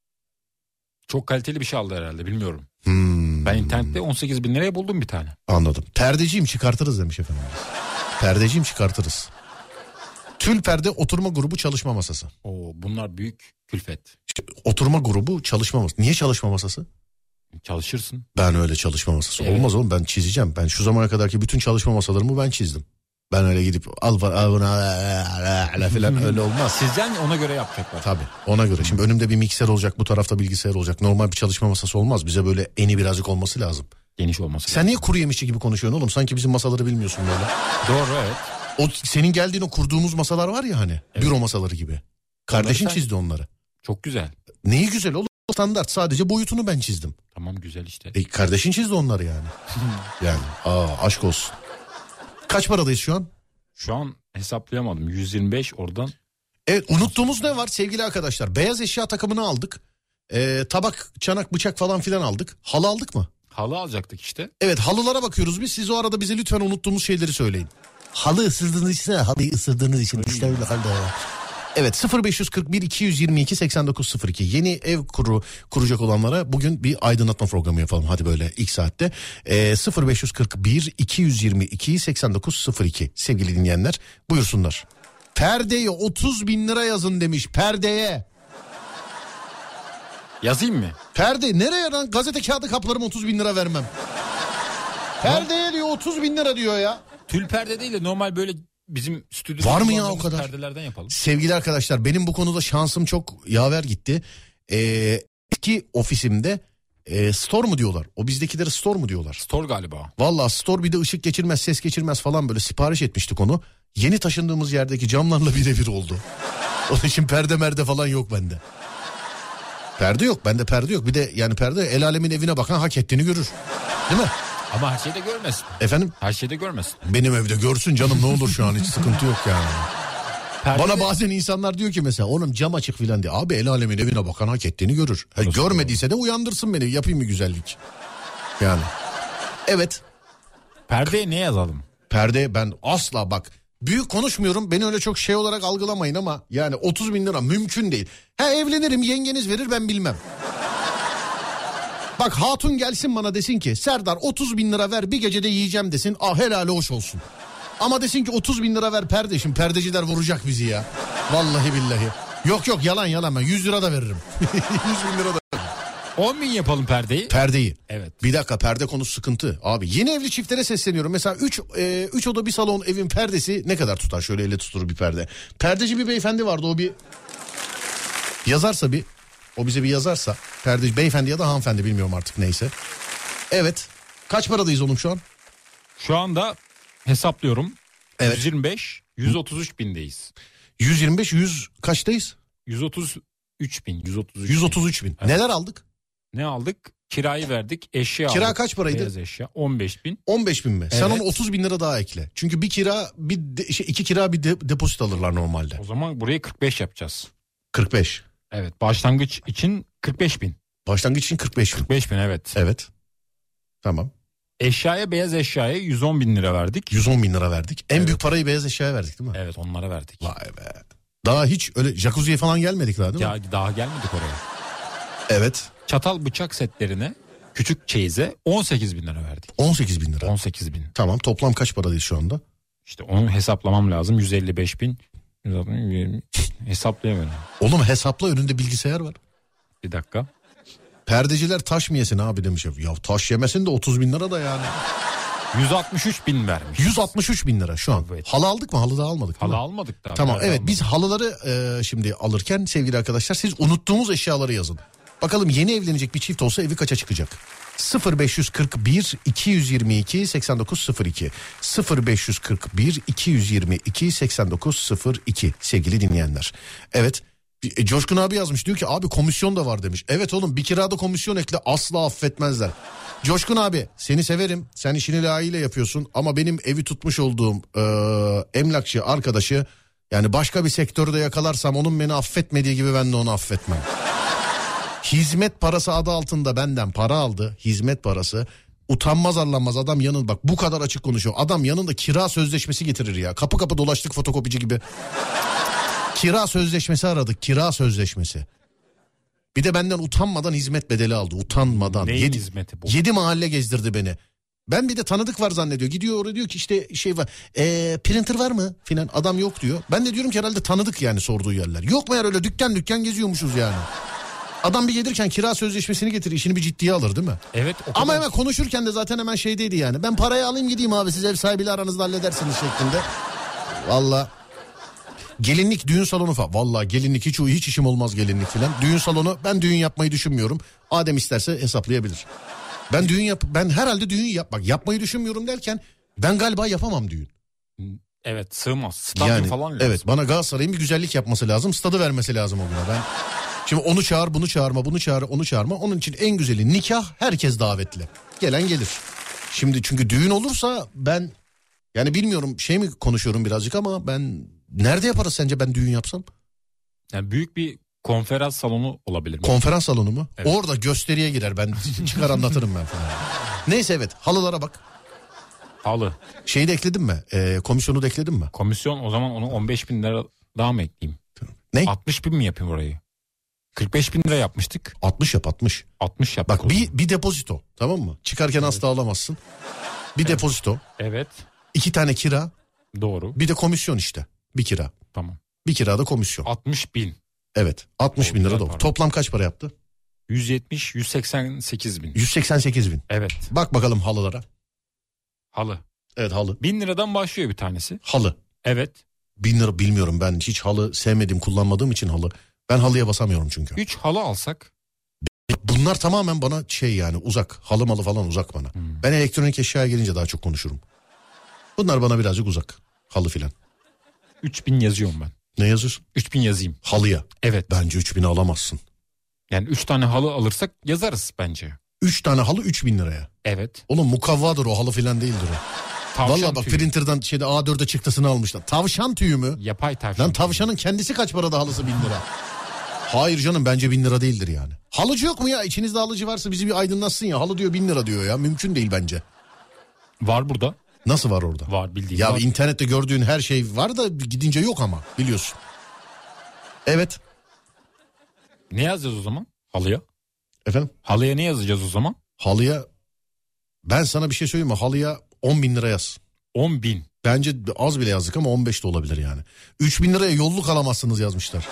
Çok kaliteli bir şey aldı herhalde, bilmiyorum.
Hmm.
Ben internette on sekiz bin liraya buldum bir tane.
Anladım. Perdeciyim çıkartırız demiş efendim. Perdeciyim çıkartırız. Tül perde oturma grubu çalışma masası.
Oo, bunlar büyük külfet.
İşte oturma grubu çalışma masası. Niye çalışma masası?
Çalışırsın.
Ben öyle çalışma masası.
Evet.
Olmaz oğlum, ben çizeceğim. Ben şu zamana kadarki bütün çalışma masalarımı ben çizdim. Ben öyle gidip al al buna falan öyle olmaz.
Sizden ona göre yapacaklar.
Tabii ona göre. Şimdi önümde bir mikser olacak, bu tarafta bilgisayar olacak. Normal bir çalışma masası olmaz. Bize böyle eni birazcık olması lazım.
Geniş olması
Sen
lazım.
niye kuru yemişçi gibi konuşuyorsun oğlum? Sanki bizim masaları bilmiyorsun böyle.
Doğru evet.
O senin geldiğin o kurduğumuz masalar var ya hani. Evet. Büro masaları gibi. Kardeşin
Onları sen...
çizdi onları.
Çok güzel.
Neyi güzel oğlum? Standart, sadece boyutunu ben çizdim.
Tamam güzel işte.
E, kardeşin çizdi onları yani. Yani aa, aşk olsun. Kaç paradayız şu an?
Şu an hesaplayamadım. yüz yirmi beş oradan.
Evet, unuttuğumuz ne var sevgili arkadaşlar? Beyaz eşya takımını aldık. Ee, tabak, çanak, bıçak falan filan aldık. Halı aldık mı?
Halı alacaktık işte.
Evet, halılara bakıyoruz biz. Siz o arada bize lütfen unuttuğumuz şeyleri söyleyin. Halı ısırdığınız için, halıyı ısırdığınız için. İşte öyle kaldı. Evet, sıfır beş kırk bir iki yüz yirmi iki seksen dokuz sıfır iki yeni ev kuru kuracak olanlara bugün bir aydınlatma programı yapalım hadi böyle ilk saatte. Ee, sıfır beş kırk bir iki yüz yirmi iki seksen dokuz sıfır iki sevgili dinleyenler buyursunlar. Perdeye otuz bin lira yazın demiş, perdeye.
Yazayım mı?
Perde nereye lan, gazete kağıdı kaplarım otuz bin lira vermem. Perdeye diyor otuz bin lira diyor ya.
Tül perde değil de normal böyle bizim stüdyoda
var mı ya o kadar?
Perdelerden yapalım.
Sevgili arkadaşlar, benim bu konuda şansım çok yaver gitti. Ee, eski ofisimde e, store mu diyorlar? O bizdekileri store mu diyorlar?
Store galiba.
Vallahi store, bir de ışık geçirmez, ses geçirmez falan, böyle sipariş etmiştik onu. Yeni taşındığımız yerdeki camlarla birebir oldu. Onun için perde merde falan yok bende. Perde yok, bende perde yok. Bir de yani perde el alemin evine bakan hak ettiğini görür. Değil mi?
Ama her şeyde görmesin.
Efendim?
Her şeyde görmesin.
Benim evde görsün canım, ne olur, şu an hiç sıkıntı yok yani.
Perde
Bana
de...
bazen insanlar diyor ki mesela onun cam açık filan diye. Abi el alemin evine bakan hak ettiğini görür. Ha, görmediyse de uyandırsın beni, yapayım mı güzellik. Yani. Evet.
Perdeye ne yazalım?
Perde, ben asla bak büyük konuşmuyorum, beni öyle çok şey olarak algılamayın ama yani otuz bin lira mümkün değil. Ha, evlenirim, yengeniz verir, ben bilmem. Bak hatun gelsin bana desin ki Serdar otuz bin lira ver, bir gecede yiyeceğim desin, ah helali hoş olsun. Ama desin ki otuz bin lira ver perde, şimdi perdeciler vuracak bizi ya. Vallahi billahi. Yok yok, yalan yalan, ben yüz lira da veririm. yüz bin lira da veririm.
on bin yapalım perdeyi.
Perdeyi.
Evet.
Bir dakika, perde konusu sıkıntı. Abi yeni evli çiftlere sesleniyorum. Mesela üç oda bir salon evin perdesi ne kadar tutar? Şöyle elle tutulur bir perde. Perdeci bir beyefendi vardı, o bir yazarsa bir o bize bir yazarsa, perdeci beyefendi ya da hanımefendi, bilmiyorum artık, neyse. Evet. Kaç paradayız oğlum şu an?
Şu anda hesaplıyorum.
Evet.
yüz yirmi beş yüz otuz üç bindeyiz.
yüz yirmi beş yüz kaçtayız?
yüz otuz üç bin. yüz otuz üç
yüz otuz üç bin.
Evet.
Neler aldık?
Ne aldık? Kirayı verdik. Eşya
Kira
aldık.
kaç paraydı?
Beyaz eşya. on beş bin.
on beş bin mi?
Evet.
Sen onu otuz bin lira daha ekle. Çünkü bir kira, bir de, şey, iki kira bir de, depozit alırlar normalde.
O zaman burayı kırk beş yapacağız.
kırk beş.
Evet, başlangıç için kırk beş bin.
Başlangıç için kırk beş bin.
kırk beş bin evet.
Evet. Tamam.
Eşyaya, beyaz eşyaya yüz on bin lira verdik.
yüz on bin lira verdik. En
Evet.
büyük parayı beyaz eşyaya verdik değil mi?
Evet, onlara verdik.
Vay be. Daha hiç öyle jacuzziye falan gelmedik daha değil mi?
Ya, daha gelmedik oraya.
Evet.
Çatal bıçak setlerine, küçük çeyize on sekiz bin lira verdik.
on sekiz bin lira.
on sekiz bin.
Tamam, toplam kaç paradayız şu anda?
İşte onu hesaplamam lazım. yüz elli beş bin. Hesaplayamıyorum.
Oğlum hesapla, önünde bilgisayar var.
Bir dakika.
Perdeciler taş mı yesin abi demiş. Ya taş yemesin de otuz bin lira da yani.
yüz altmış üç bin vermiş.
yüz altmış üç bin lira şu an.
Evet.
Halı aldık mı? Halı da almadık.
Halı almadık da.
Tamam, evet,
almadık.
biz halıları e, şimdi alırken sevgili arkadaşlar siz unuttuğumuz eşyaları yazın. Bakalım yeni evlenecek bir çift olsa evi kaça çıkacak? sıfır beş kırk bir iki yüz yirmi iki seksen dokuz sıfır iki sıfır beş kırk bir iki yüz yirmi iki seksen dokuz sıfır iki sevgili dinleyenler. Evet, e, Coşkun abi yazmış, diyor ki abi komisyon da var demiş. Evet oğlum, bir kirada komisyon ekle, asla affetmezler. Coşkun abi seni severim, sen işini layığıyla yapıyorsun ama benim evi tutmuş olduğum e, emlakçı arkadaşı, yani başka bir sektörde yakalarsam onun beni affetmediği gibi ben de onu affetmem. Hizmet parası adı altında benden para aldı. Hizmet parası. Utanmaz arlanmaz adam yanında, bak bu kadar açık konuşuyor. Adam yanında kira sözleşmesi getirir ya. Kapı kapı dolaştık fotokopici gibi. Kira sözleşmesi aradık. Kira sözleşmesi. Bir de benden utanmadan hizmet bedeli aldı. Utanmadan.
Neyin
Yedi,
hizmeti bu?
Yedi mahalle gezdirdi beni. Ben bir de tanıdık var zannediyor. Gidiyor oraya, diyor ki işte şey var. E, printer var mı filan, adam yok diyor. Ben de diyorum ki herhalde tanıdık yani sorduğu yerler. Yok mu, yer öyle dükkan dükkan geziyormuşuz yani. Adam bir gelirken kira sözleşmesini getirir, işini bir ciddiye alır değil mi?
Evet. O
Ama
kadar...
hemen konuşurken de zaten hemen şeydeydi yani. Ben parayı alayım gideyim abi, siz ev sahibiyle aranızda halledersiniz şeklinde. Valla. Gelinlik, düğün salonu falan. Valla gelinlik hiç hiç işim olmaz, gelinlik falan. Düğün salonu, ben düğün yapmayı düşünmüyorum. Adem isterse hesaplayabilir. Ben düğün yap ben herhalde düğün yapmak yapmayı düşünmüyorum derken ben galiba yapamam düğün.
Evet, sığmaz. Stadyum
Yani,
falan lazım.
evet, bana Galatasaray'ın bir güzellik yapması lazım. Stadı vermesi lazım o güne. Ben şimdi onu çağır, bunu çağırma, bunu çağır, onu çağırma. Onun için en güzeli nikah, herkes davetli. Gelen gelir. Şimdi çünkü düğün olursa ben yani bilmiyorum, şey mi konuşuyorum birazcık ama ben nerede yaparız sence ben düğün yapsam?
Yani büyük bir konferans salonu olabilir mi?
Konferans salonu mu?
Evet.
Orada gösteriye girer, ben çıkar anlatırım ben falan. Neyse, evet, halılara bak.
Halı.
Şeyi de ekledin mi? Ee, komisyonu da ekledin mi?
Komisyon, o zaman onu on beş bin lira daha mı ekleyeyim?
Ne?
altmış bin mi yapayım orayı? kırk beş bin lira yapmıştık.
altmış yap, altmış.
altmış yaptık.
Bak bir, bir depozito, tamam mı? Çıkarken evet. Asla alamazsın. Bir evet. depozito.
Evet.
İki tane kira.
Doğru.
Bir de komisyon işte. Bir kira.
Tamam.
Bir kirada komisyon.
altmış bin.
Evet. altmış
o,
bin lira da.
Para.
Toplam kaç para yaptı?
yüz yetmiş yüz seksen sekiz bin.
yüz seksen sekiz bin.
Evet.
Bak bakalım halılara.
Halı.
Evet, halı.
bin liradan başlıyor bir tanesi.
Halı.
Evet.
Bin lira bilmiyorum, ben hiç halı sevmedim, kullanmadığım için halı. Ben halıya basamıyorum çünkü.
üç halı alsak.
Bunlar tamamen bana şey yani uzak. Halı malı falan uzak bana. Hmm. Ben elektronik eşyaya gelince daha çok konuşurum. Bunlar bana birazcık uzak. Halı filan.
üç bin yazıyorum ben.
Ne yazıyorsun?
üç bin yazayım.
Halıya.
Evet.
Bence üç bini alamazsın.
Yani üç tane halı alırsak yazarız bence.
üç tane halı üç bin liraya.
Evet.
Oğlum mukavvadır o, halı filan değildir o.
Tavşan
Vallahi bak
tüyü.
printer'dan şeyde A dört'e çıktısını almışlar. Tavşan tüyü mü?
Yapay tavşan.
Lan tavşanın kendisi kaç parada halısı bin lira? Hayır canım, bence bin lira değildir yani. Halıcı yok mu ya? İçinizde halıcı varsa bizi bir aydınlatsın ya. Halı diyor bin lira diyor ya. Mümkün değil bence.
Var burada.
Nasıl var orada?
Var, bildiğin
ya
var.
internette gördüğün her şey var da gidince yok ama biliyorsun. Evet.
Ne yazacağız o zaman? Halıya.
Efendim?
Halıya ne yazacağız o zaman?
Halıya ben sana bir şey söyleyeyim mi? Halıya on bin lira yaz.
on bin.
Bence az bile yazdık ama on beş de olabilir yani. üç bin liraya yolluk alamazsınız yazmışlar.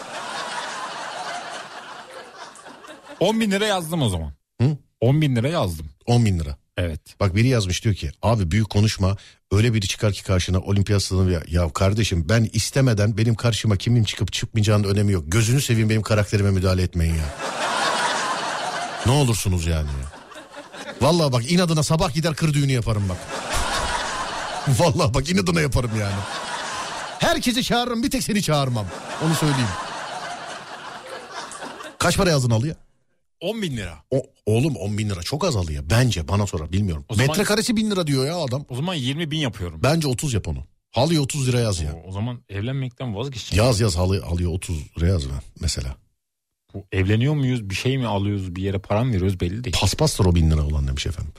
on bin lira yazdım o zaman.
Hı?
on bin lira yazdım.
on bin lira.
Evet.
Bak biri yazmış, diyor ki abi büyük konuşma, öyle biri çıkar ki karşına olimpiyat stadına, ya, ya kardeşim ben istemeden benim karşıma kimin çıkıp çıkmayacağının önemi yok. Gözünü seveyim, benim karakterime müdahale etmeyin ya. Ne olursunuz yani ya. Vallahi bak inadına sabah gider kır düğünü yaparım bak. Vallahi bak inadına yaparım yani. Herkesi çağırırım, bir tek seni çağırmam. Onu söyleyeyim. Kaç para yazdın halıya?
on bin lira.
O, oğlum on bin lira çok az halıya. Bence, bana sonra bilmiyorum.
O zaman,
metrekaresi bin lira diyor ya adam.
O zaman yirmi bin yapıyorum.
Bence otuz yap onu. Halıya otuz lira yaz ya.
O, o zaman evlenmekten vazgeçeceğim.
Yaz yaz halı, halıya otuz lira yaz ben mesela.
Bu, evleniyor muyuz, bir şey mi alıyoruz, bir yere para mı veriyoruz belli değil.
Paspastır o bin lira olan demiş efendim.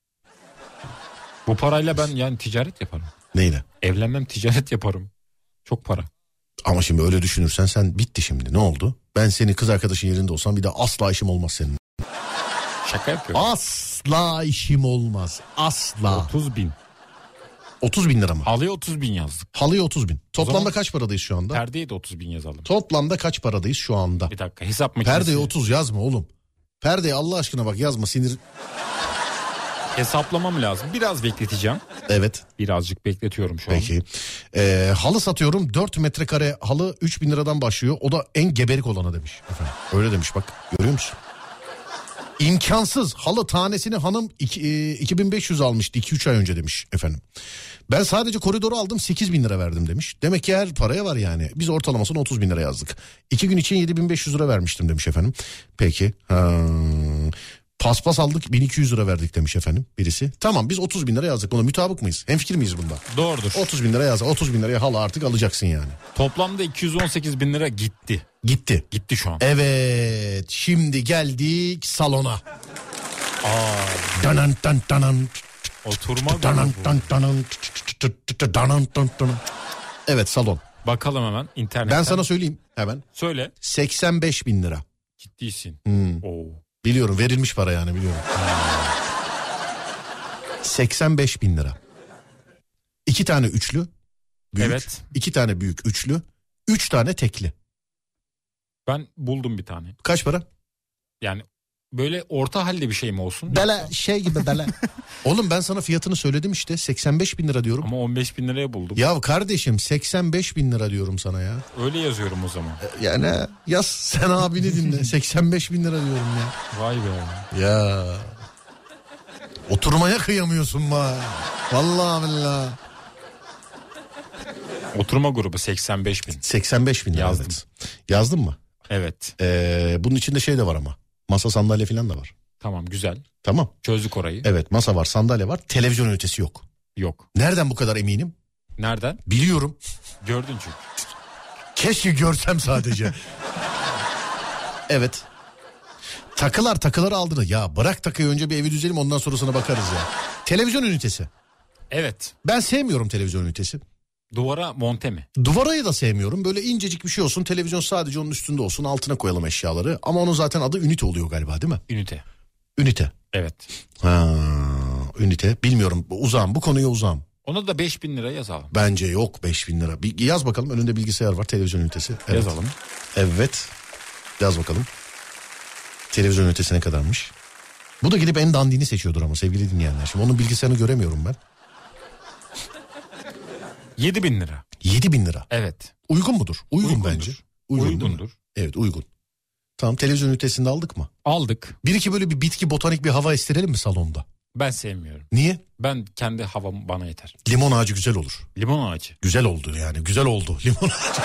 Bu parayla ben yani ticaret yaparım.
Neyle?
Evlenmem, ticaret yaparım. Çok para.
Ama şimdi öyle düşünürsen sen bitti şimdi, ne oldu? Ben senin kız arkadaşın yerinde olsam bir daha asla işim olmaz senin.
Şaka yapıyorum.
Asla işim olmaz. Asla.
otuz bin.
otuz bin lira mı?
Halıya otuz bin yazdık.
Halıya otuz bin. Toplamda
zaman
kaç paradayız şu anda?
Perdeye de otuz bin yazalım.
Toplamda kaç paradayız şu anda?
Bir dakika, hesap makinesi.
Perdeye otuz yazma oğlum. Perde Allah aşkına bak yazma sinir.
Hesaplamam lazım. Biraz bekleteceğim.
Evet.
Birazcık bekletiyorum şu an.
Peki. Ee, halı satıyorum. dört metrekare halı üç bin liradan başlıyor. O da en geberik olanı demiş. Efendim. Öyle demiş bak. Görüyor musun? İmkansız. Halı tanesini hanım iki bin beş yüz almıştı iki üç ay önce demiş efendim. Ben sadece koridoru aldım sekiz bin lira verdim demiş. Demek ki her paraya var yani. Biz ortalamasını otuz bin lira yazdık. iki gün için yedi bin beş yüz lira vermiştim demiş efendim. Peki. Ha. Paspas aldık bin iki yüz lira verdik demiş efendim birisi. Tamam biz otuz bin lira yazdık. Buna mutabık mıyız? Hemfikir miyiz bunda?
Doğrudur.
otuz bin lira yazdık. otuz bin liraya halı artık alacaksın yani.
Toplamda iki yüz on sekiz bin lira gitti.
Gitti.
Gitti şu an.
Evet. Şimdi geldik salona.
Aa.
Danan dan danan.
Oturma
Danan
grubu.
dan danan. Danan dan danan. Evet salon.
Bakalım hemen internetten.
Ben sana söyleyeyim hemen.
Söyle.
seksen beş bin lira.
Ciddiysin.
Hmm.
Oo.
Biliyorum verilmiş para yani biliyorum. seksen beş bin lira. İki tane üçlü. Büyük.
Evet.
İki tane büyük üçlü. Üç tane tekli.
Ben buldum bir tane.
Kaç para?
Yani böyle orta halde bir şey mi olsun?
Bele şey gibi bele. Oğlum ben sana fiyatını söyledim işte seksen beş bin lira diyorum.
Ama on beş bin liraya buldum.
Ya kardeşim seksen beş bin lira diyorum sana ya.
Öyle yazıyorum o zaman.
Yani yaz sen abini dinle seksen beş bin lira diyorum ya.
Vay be.
Ya. Oturmaya kıyamıyorsun bana. Vallahi billahi.
Oturma grubu seksen beş bin.
seksen beş bin lira.
Yazdım.
Evet. Yazdın mı?
Evet.
Ee, bunun içinde şey de var ama. Masa sandalye falan da var.
Tamam güzel.
Tamam.
Çözdük orayı.
Evet masa var sandalye var. Televizyon ünitesi yok.
Yok.
Nereden bu kadar eminim?
Nereden?
Biliyorum.
Gördün çünkü.
Keşke görsem sadece. Evet. Takılar takıları aldırdı. Ya bırak takıyı önce bir evi düzelim ondan sonrasına bakarız ya. Televizyon ünitesi.
Evet.
Ben sevmiyorum televizyon ünitesi.
Duvara monte mi?
Duvarayı da sevmiyorum. Böyle incecik bir şey olsun. Televizyon sadece onun üstünde olsun. Altına koyalım eşyaları. Ama onun zaten adı ünite oluyor galiba değil mi?
Ünite.
Ünite.
Evet.
Ha, ünite. Bilmiyorum. Uzağım. Bu konuya uzağım.
Ona da beş bin lira yazalım.
Bence yok beş bin lira. Bir yaz bakalım. Önünde bilgisayar var. Televizyon ünitesi. Evet.
Yazalım.
Evet. Yaz bakalım. Televizyon ünitesi ne kadarmış? Bu da gidip en dandini seçiyordur ama sevgili dinleyenler. Şimdi onun bilgisayarını göremiyorum ben.
yedi bin lira.
yedi bin lira.
Evet.
Uygun mudur? Uygun
Uygundur.
bence. Uygun değil mi?
Uygundur.
Evet uygun. Tamam televizyon ünitesini de aldık mı?
Aldık.
Bir iki böyle bir bitki botanik bir hava estirelim mi salonda?
Ben sevmiyorum.
Niye?
Ben kendi havam bana yeter.
Limon ağacı güzel olur.
Limon ağacı.
Güzel oldu yani güzel oldu limon ağacı.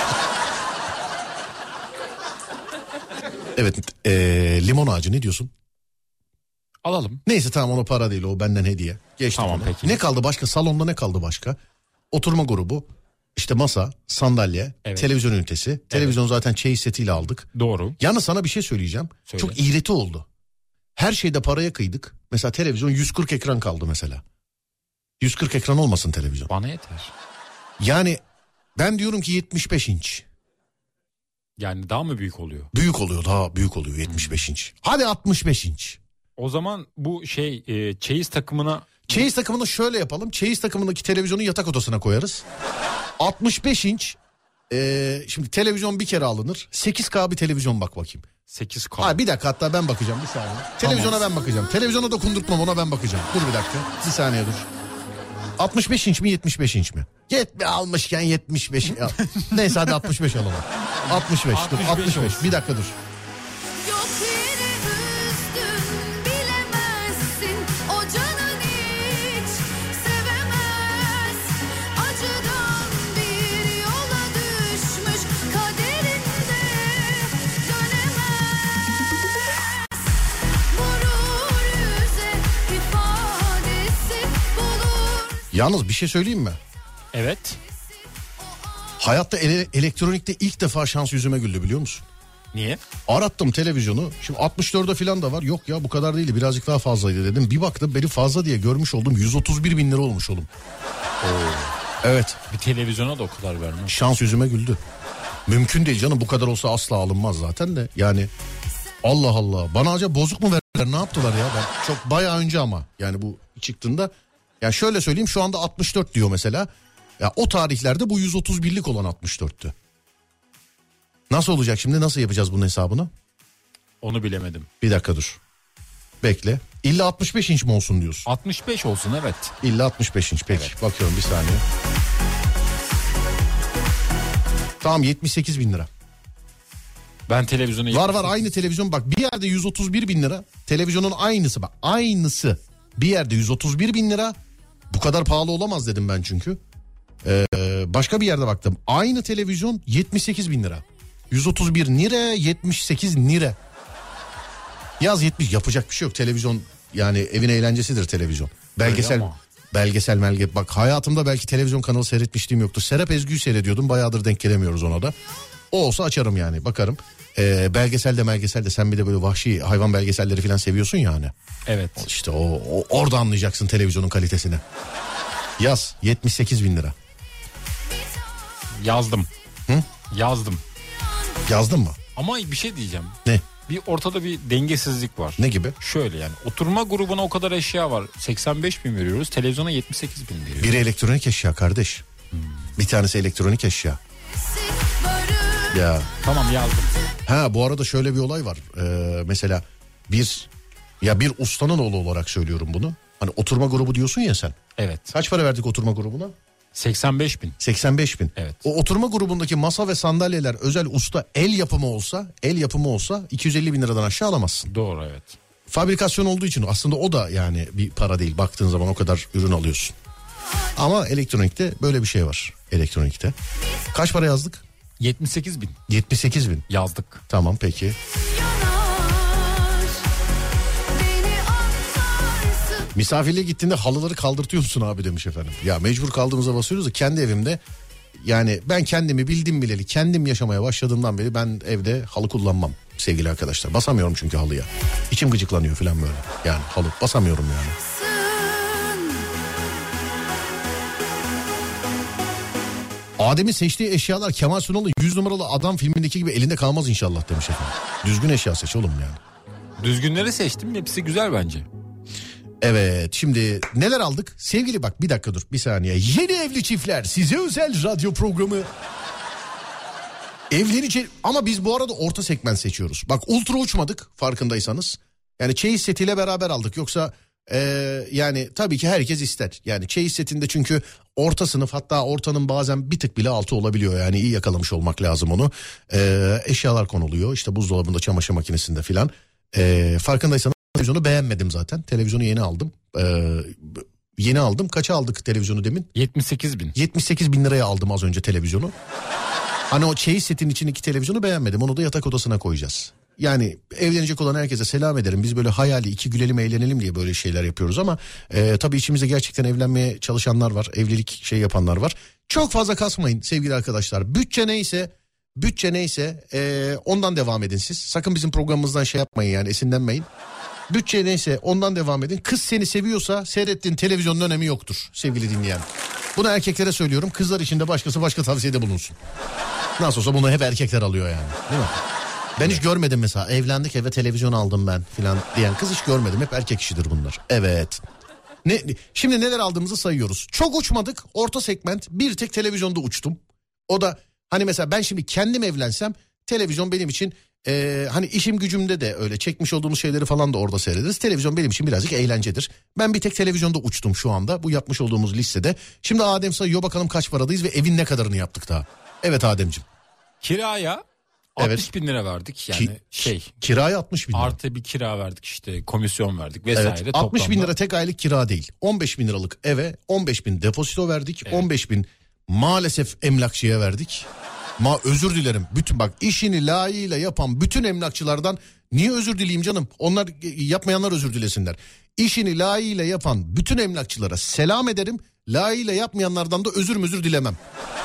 Evet ee, limon ağacı ne diyorsun?
Alalım.
Neyse tamam ona para değil o benden hediye. Geçtik
Tamam,
onu.
peki.
Ne kaldı başka salonda ne kaldı başka? Oturma grubu işte masa sandalye
Evet.
televizyon ünitesi. Televizyon zaten çeyiz setiyle aldık.
Doğru.
Yalnız sana bir şey söyleyeceğim.
Söyle.
Çok iğreti oldu. Her şeyde paraya kıydık. Mesela televizyon yüz kırk ekran kaldı mesela. yüz kırk ekran olmasın televizyon.
Bana yeter.
Yani ben diyorum ki yetmiş beş inç.
Yani daha mı büyük oluyor?
Büyük oluyor daha büyük oluyor yetmiş beş inç. Hadi altmış beş inç.
O zaman bu şey e, çeyiz takımına...
Çeyiz takımını şöyle yapalım. Çeyiz takımındaki televizyonu yatak odasına koyarız. altmış beş inç. E, şimdi televizyon bir kere alınır. sekiz K bir televizyon bak bakayım.
sekiz K.
Ha bir dakika hatta ben bakacağım bir saniye. Televizyona ben bakacağım. Televizyona dokundurtmam ona ben bakacağım. Dur bir dakika. Bir saniye dur. altmış beş inç mi yetmiş beş inç mi? Yetme almışken yetmiş beş. Neyse hadi altmış beş alalım. altmış beş dur
altmış beş
altmış beş.
olsun.
Bir dakika dur.
Yok yine üzdün bilemezsin o canın hiç sevemez acıdan bir yola düşmüş kaderinde dönemez vurur yüze ifadesi bulur.
Yalnız bir şey söyleyeyim mi?
Evet.
Hayatta ele- elektronikte ilk defa şans yüzüme güldü biliyor musun?
Niye?
Arattım televizyonu. Şimdi altmış dörde falan da var. Yok ya bu kadar değil birazcık daha fazlaydı dedim. Bir baktım beni fazla diye görmüş oldum. yüz otuz bir bin lira olmuş oğlum. Evet
Bir televizyona da o kadar vermem.
şans yüzüme güldü. Mümkün değil canım bu kadar olsa asla alınmaz zaten de. Yani Allah Allah bana acaba bozuk mu verdiler ne yaptılar ya? Ben çok bayağı önce ama yani bu çıktığında. Yani şöyle söyleyeyim şu anda altmış dört diyor mesela. Ya o tarihlerde bu yüz otuz birlik olan altmış dörttü. Nasıl olacak şimdi nasıl yapacağız bunun hesabını?
Onu bilemedim.
Bir dakika dur. Bekle. İlla altmış beş inç mi olsun diyorsun?
altmış beş olsun, evet.
İlla altmış beş inç, peki. Evet. Bakıyorum bir saniye. Tamam, yetmiş sekiz bin lira.
Ben televizyonu...
Var var aynı televizyon, bak bir yerde yüz otuz bir bin lira. Televizyonun aynısı, bak aynısı. Bir yerde yüz otuz bir bin lira. Bu kadar pahalı olamaz dedim ben çünkü. Ee, başka bir yerde baktım. Aynı televizyon yetmiş sekiz bin lira. yüz otuz bir lira, yetmiş sekiz lira. Yaz yetmiş, yapacak bir şey yok. Televizyon yani evin eğlencesidir televizyon. Belgesel belgesel melge. Bak hayatımda belki televizyon kanalı seyretmişliğim yoktu. Serap Ezgü'yü seyrediyordum. Bayağıdır denk gelemiyoruz ona da. O olsa açarım yani, bakarım. Ee, belgesel de belgesel de sen bir de böyle vahşi hayvan belgeselleri falan seviyorsun yani.
Evet.
İşte o, o orada anlayacaksın televizyonun kalitesini. Yaz yetmiş sekiz bin lira.
Yazdım.
Hı?
Yazdım.
Yazdın mı?
Ama bir şey diyeceğim.
Ne?
Bir ortada bir dengesizlik var.
Ne gibi?
Şöyle yani oturma grubuna o kadar eşya var. seksen beş bin veriyoruz. Televizyona yetmiş sekiz bin veriyoruz.
Biri elektronik eşya kardeş. Hmm. Bir tanesi elektronik eşya. Ya.
Tamam, yazdım.
Ha bu arada şöyle bir olay var. Ee, mesela bir ya bir ustanın oğlu olarak söylüyorum bunu. Hani oturma grubu diyorsun ya sen.
Evet.
Kaç para verdik oturma grubuna?
seksen beş bin.
seksen beş bin.
Evet.
O oturma grubundaki masa ve sandalyeler özel usta el yapımı olsa, el yapımı olsa iki yüz elli bin liradan aşağı alamazsın.
Doğru, evet.
Fabrikasyon olduğu için aslında o da yani bir para değil. Baktığın zaman o kadar ürün alıyorsun. Ama elektronikte böyle bir şey var. Elektronikte. Kaç para yazdık?
yetmiş sekiz bin.
yetmiş sekiz bin.
Yazdık.
Tamam peki. Misafirliğe gittiğinde halıları kaldırtıyor musun abi demiş efendim. Ya mecbur kaldığımıza basıyoruz da kendi evimde yani ben kendimi bildim bileli kendim yaşamaya başladığımdan beri ben evde halı kullanmam sevgili arkadaşlar. Basamıyorum çünkü halıya. İçim gıcıklanıyor falan böyle. Yani halı basamıyorum yani. Adem'in seçtiği eşyalar Kemal Sunal'ın yüz numaralı adam filmindeki gibi elinde kalmaz inşallah demiş efendim. Düzgün eşya seç oğlum yani.
Düzgünleri seçtim, hepsi güzel bence.
Evet, şimdi neler aldık? Sevgili bak bir dakika dur bir saniye. Yeni evli çiftler size özel radyo programı. Evlenecek ama biz bu arada orta segment seçiyoruz. Bak ultra uçmadık farkındaysanız. Yani çeyiz setiyle beraber aldık. Yoksa ee, yani tabii ki herkes ister. Yani çeyiz setinde çünkü orta sınıf, hatta ortanın bazen bir tık bile altı olabiliyor. Yani iyi yakalamış olmak lazım onu. Ee, eşyalar konuluyor işte buzdolabında, çamaşır makinesinde filan. Ee, farkındaysanız televizyonu beğenmedim zaten. Televizyonu yeni aldım. Ee, yeni aldım. Kaça aldık televizyonu demin?
yetmiş sekiz bin.
yetmiş sekiz bin liraya aldım az önce televizyonu. Hani o çeyiz setin içindeki televizyonu beğenmedim. Onu da yatak odasına koyacağız. Yani evlenecek olan herkese selam ederim. Biz böyle hayali iki gülelim eğlenelim diye böyle şeyler yapıyoruz ama e, tabii içimizde gerçekten evlenmeye çalışanlar var. Evlilik şey yapanlar var. Çok fazla kasmayın sevgili arkadaşlar. Bütçe neyse bütçe neyse e, ondan devam edin siz. Sakın bizim programımızdan şey yapmayın yani, esinlenmeyin. Bütçe neyse ondan devam edin. Kız seni seviyorsa seyrettiğin televizyonun önemi yoktur sevgili dinleyen. Bunu erkeklere söylüyorum. Kızlar için de başkası başka tavsiyede bulunsun. Nasıl olsa bunu hep erkekler alıyor yani. Değil mi? Ben hiç görmedim mesela. Evlendik eve televizyon aldım ben filan diyen kız hiç görmedim. Hep erkek işidir bunlar. Evet. Ne, şimdi neler aldığımızı sayıyoruz. Çok uçmadık. Orta segment, bir tek televizyonda uçtum. O da hani mesela ben şimdi kendim evlensem televizyon benim için e, hani işim gücümde de öyle çekmiş olduğumuz şeyleri falan da orada seyrederiz. Televizyon benim için birazcık eğlencedir. Ben bir tek televizyonda uçtum şu anda bu yapmış olduğumuz listede. Şimdi Adem sayıyor bakalım kaç paradayız ve evin ne kadarını yaptık daha. Evet Ademciğim.
Kiraya
Evet.
altmış bin lira verdik yani
Ki,
şey.
Kiraya altmış bin lira.
Artı bir kira verdik işte, komisyon verdik vesaire.
Evet, altmış bin
toplamda.
lira tek aylık kira değil. on beş bin liralık eve on beş bin depozito verdik. Evet. on beş bin maalesef emlakçıya verdik. Ma özür dilerim. Bütün bak işini layığıyla yapan bütün emlakçılardan niye özür dileyeyim canım? Onlar yapmayanlar özür dilesinler. İşini layığıyla yapan bütün emlakçılara selam ederim. Layığıyla yapmayanlardan da özür özür dilemem.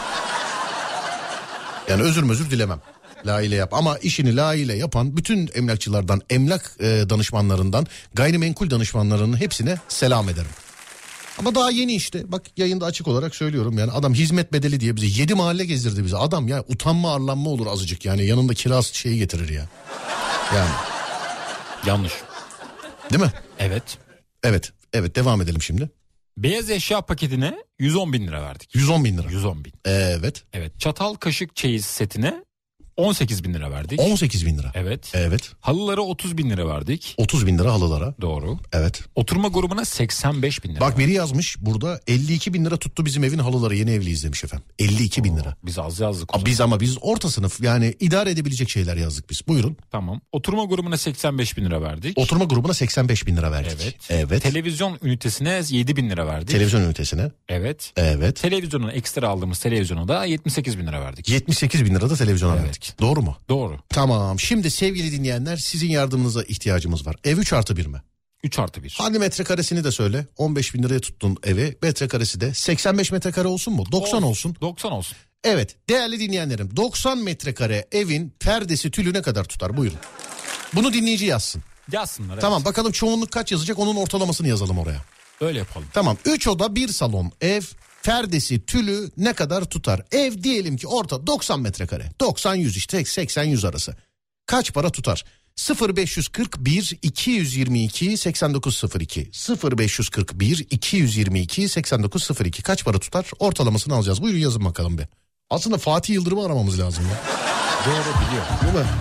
Yani özür özür dilemem. Layığıyla yap ama işini layığıyla yapan bütün emlakçılardan, emlak e, danışmanlarından, gayrimenkul danışmanlarının hepsine selam ederim. Ama daha yeni işte bak yayında açık olarak söylüyorum yani adam hizmet bedeli diye bizi yedi mahalle gezdirdi bize. Adam ya utanma arlanma olur azıcık yani yanında kiraz şeyi getirir ya. Yani.
Yanlış.
Değil mi?
Evet.
Evet evet devam edelim şimdi.
Beyaz eşya paketine yüz on bin lira verdik.
yüz on bin lira.
yüz on bin.
Evet.
Evet. Çatal kaşık çeyiz setine on sekiz bin lira verdik.
on sekiz bin lira.
Evet.
Evet.
Halılara otuz bin lira verdik.
otuz bin lira halılara.
Doğru.
Evet.
Oturma grubuna seksen beş bin lira.
Bak biri yazmış burada elli iki bin lira tuttu bizim evin halıları, yeni evliyiz demiş efendim. elli iki bin lira.
Biz az yazdık.
Aa, biz ama biz orta sınıf, yani idare edebilecek şeyler yazdık biz. Buyurun.
Tamam. Oturma grubuna seksen beş bin lira verdik.
Oturma grubuna seksen beş bin lira verdik.
Evet.
Evet.
Televizyon ünitesine yedi bin lira verdik.
Televizyon ünitesine.
Evet.
Evet.
Televizyonun ekstra aldığımız televizyona da yetmiş sekiz bin lira verdik.
yetmiş sekiz bin lira da televizyona
Evet.
verdik. Doğru mu?
Doğru.
Tamam. Şimdi sevgili dinleyenler, sizin yardımınıza ihtiyacımız var. Ev üç artı bir mi?
üç artı bir.
Hadi metrekaresini de söyle. on beş bin liraya tuttun evi. Metrekaresi de seksen beş metrekare olsun mu? doksan olsun.
doksan olsun.
Evet değerli dinleyenlerim, doksan metrekare evin perdesi tülü ne kadar tutar? Buyurun. Bunu dinleyici yazsın.
Yazsınlar. Evet.
Tamam, bakalım çoğunluk kaç yazacak, onun ortalamasını yazalım oraya.
Öyle yapalım.
Tamam, üç oda bir salon ev perdesi tülü ne kadar tutar? Ev diyelim ki orta doksan metrekare. doksan yüz işte, seksen yüz arası. Kaç para tutar? sıfır beş kırk bir iki yüz yirmi iki seksen dokuz sıfır iki sıfır beş kırk bir iki yüz yirmi iki seksen dokuz sıfır iki kaç para tutar? Ortalamasını alacağız. Buyurun yazın bakalım bir. Aslında Fatih Yıldırım'ı aramamız lazım ya.
Doğru, biliyor.
Değil mi?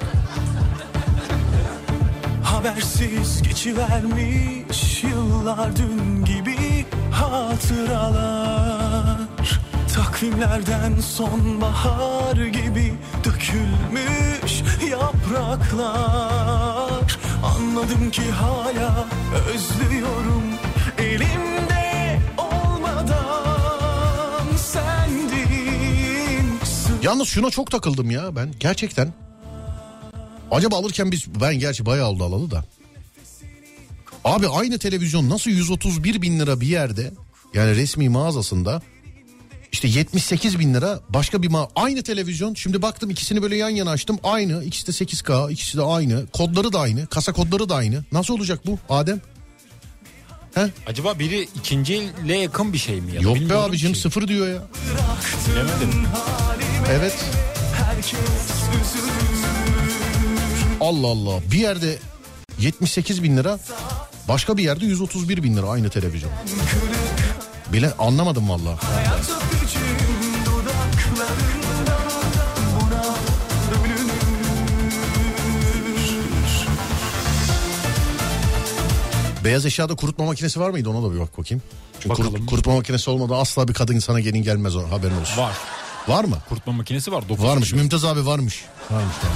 Habersiz geçivermiş yıllar, dün gibi hatıralar. Takvimlerden sonbahar gibi dökülmüş yapraklar. Anladım ki hala özlüyorum, elimde olmadan sendin.
Yalnız şuna çok takıldım ya ben gerçekten. Acaba alırken biz, ben gerçi bayağı oldu alalı da. Abi aynı televizyon nasıl yüz otuz bir bin lira bir yerde, yani resmi mağazasında, işte yetmiş sekiz bin lira başka bir ma aynı televizyon. Şimdi baktım, ikisini böyle yan yana açtım, aynı, ikisi de sekiz K, ikisi de aynı, kodları da aynı, kasa kodları da aynı. Nasıl olacak bu Adem? He?
Acaba biri ikinci elle yakın bir şey mi? Ya?
Yok be
Bilmiyorum
abicim,
ki.
sıfır diyor ya.
Bilemedim.
Evet. Allah Allah, bir yerde yetmiş sekiz bin lira, başka bir yerde yüz otuz bir bin lira aynı televizyon. Bile anlamadım vallahi. Beyaz eşyada kurutma makinesi var mıydı, ona da bir bak bakayım. Çünkü kurut, kurutma makinesi olmadan asla bir kadın sana gelin gelmez, o haberin olsun.
Var.
Var mı?
Kurutma makinesi var.
Varmış kilo. Mümtaz abi varmış. Varmış tamam.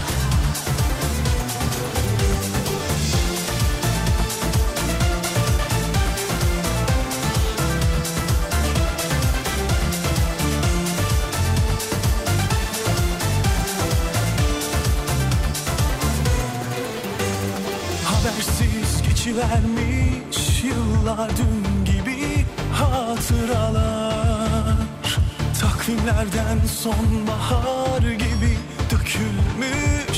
Habersiz geçivermiş yıllar, dün gibi hatıralar. Takvimlerden sonbahar gibi dökülmüş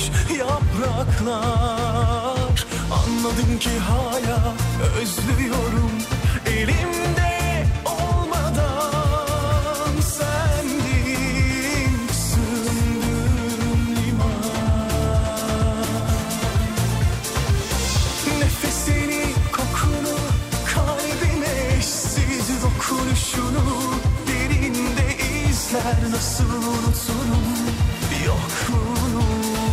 yapraklar. Anladım ki hala özlüyorum, elimde olmadan sendin. Sığındığım liman, nefesini, kokunu, kalbime eşsiz dokunuşunu derinde izler, nasıl unuturum yokluğunu.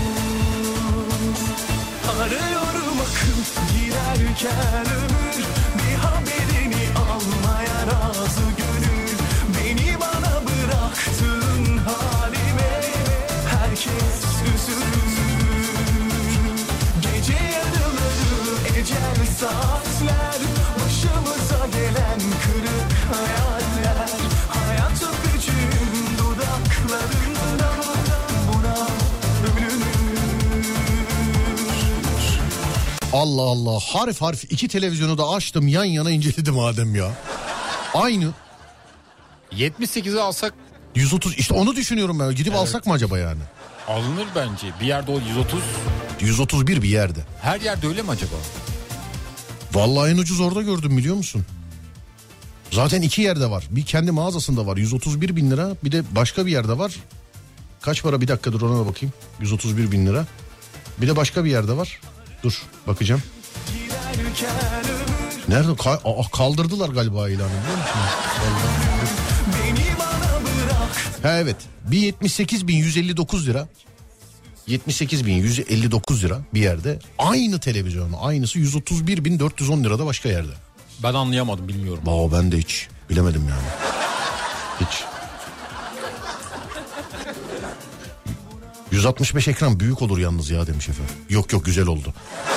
Arıyorum akıp giderken ömür, bir haberini almaya razı gönül. Beni bana bıraktığın halime herkes üzülür. Gece yarıları, ecel saatler, başımıza gelen kırık hayaller. Hayat öpücüğüm dudaklarında, buna ölünür.
Allah Allah, harf harf iki televizyonu da açtım, yan yana inceledim Adem ya. Aynı.
yetmiş sekize alsak
yüz otuz işte, onu düşünüyorum ben. Gidip
Evet.
alsak mı acaba yani?
alınır bence. Bir yerde o yüz otuz.
yüz otuz bir bir yerde.
Her yerde öyle mi acaba?
Vallahi en ucuz orada gördüm, biliyor musun? Zaten iki yerde var. Bir kendi mağazasında var yüz otuz bir bin lira. Bir de başka bir yerde var. Kaç para, bir dakika dur ona da bakayım. yüz otuz bir bin lira. Bir de başka bir yerde var. Dur bakacağım. Nerede? Ka- Aa, kaldırdılar galiba ilanı, biliyor musun? Ha evet. Bir yetmiş sekiz bin yüz elli dokuz lira. yetmiş sekiz bin yüz elli dokuz lira bir yerde. Aynı televizyon, aynısı yüz otuz bir bin dört yüz on lirada başka yerde.
Ben anlayamadım, bilmiyorum.
Aa, ben de hiç bilemedim yani. Hiç. yüz altmış beş ekran büyük olur yalnız ya demiş efendim. Yok yok, güzel oldu.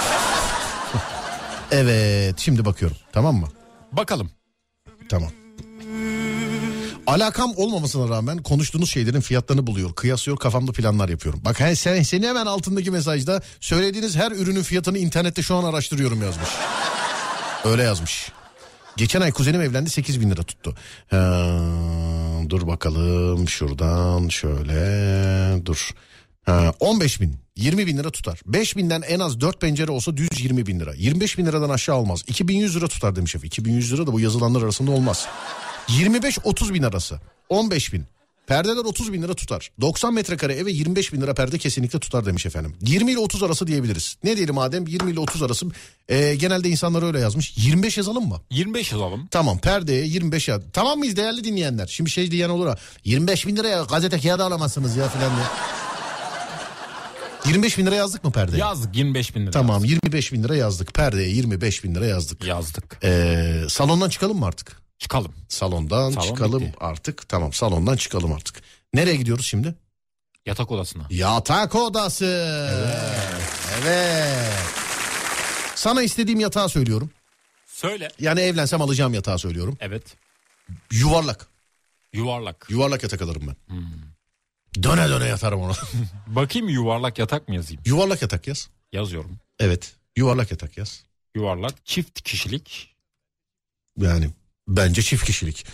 Evet, şimdi bakıyorum, tamam mı?
Bakalım.
Tamam. Alakam olmamasına rağmen konuştuğunuz şeylerin fiyatlarını buluyor, kıyaslıyor, kafamda planlar yapıyorum. Bak he, sen, seni hemen altındaki mesajda söylediğiniz her ürünün fiyatını internette şu an araştırıyorum yazmış. Öyle yazmış. Geçen ay kuzenim evlendi, sekiz bin lira tuttu. Ha, dur bakalım şuradan şöyle dur. Ha, on beş bin, yirmi bin lira tutar. beş binden en az dört pencere olsa düz yirmi bin lira. yirmi beş bin liradan aşağı olmaz. iki bin yüz lira tutar demiş efendim. iki bin yüz lira da bu yazılanlar arasında olmaz. yirmi beş otuz bin arası. on beş bin. Perdeler otuz bin lira tutar. doksan metrekare eve yirmi beş bin lira perde kesinlikle tutar demiş efendim. yirmi ile otuz arası diyebiliriz. Ne diyelim madem, yirmi ile otuz arası. Ee, genelde insanlar öyle yazmış. yirmi beş yazalım mı?
yirmi beş yazalım.
Tamam, perdeye yirmi beş yaz. Tamam mıyız değerli dinleyenler? Şimdi şey diyen olur ha. yirmi beş bin liraya gazete kağıdı alamazsınız ya filan diye. yirmi beş bin lira yazdık mı perdeye?
Yazdık, yirmi beş bin lira.
Tamam,
yazdık.
yirmi beş bin lira yazdık. Perdeye yirmi beş bin lira yazdık.
Yazdık.
Ee, salondan çıkalım mı artık?
Çıkalım.
Salondan
Salon
çıkalım
bitti.
artık. Tamam, salondan çıkalım artık. Nereye gidiyoruz şimdi?
Yatak odasına.
Yatak odası. Evet. Evet. Sana istediğim yatağı söylüyorum.
Söyle.
Yani evlensem alacağım yatağı söylüyorum.
Evet.
Yuvarlak.
Yuvarlak.
Yuvarlak yatak alırım ben. Hmm. Döne döne yatarım ona.
Bakayım, yuvarlak yatak mı yazayım?
Yuvarlak yatak yaz.
Yazıyorum.
Evet. Yuvarlak yatak yaz.
Yuvarlak, çift kişilik.
Yani bence çift kişilik.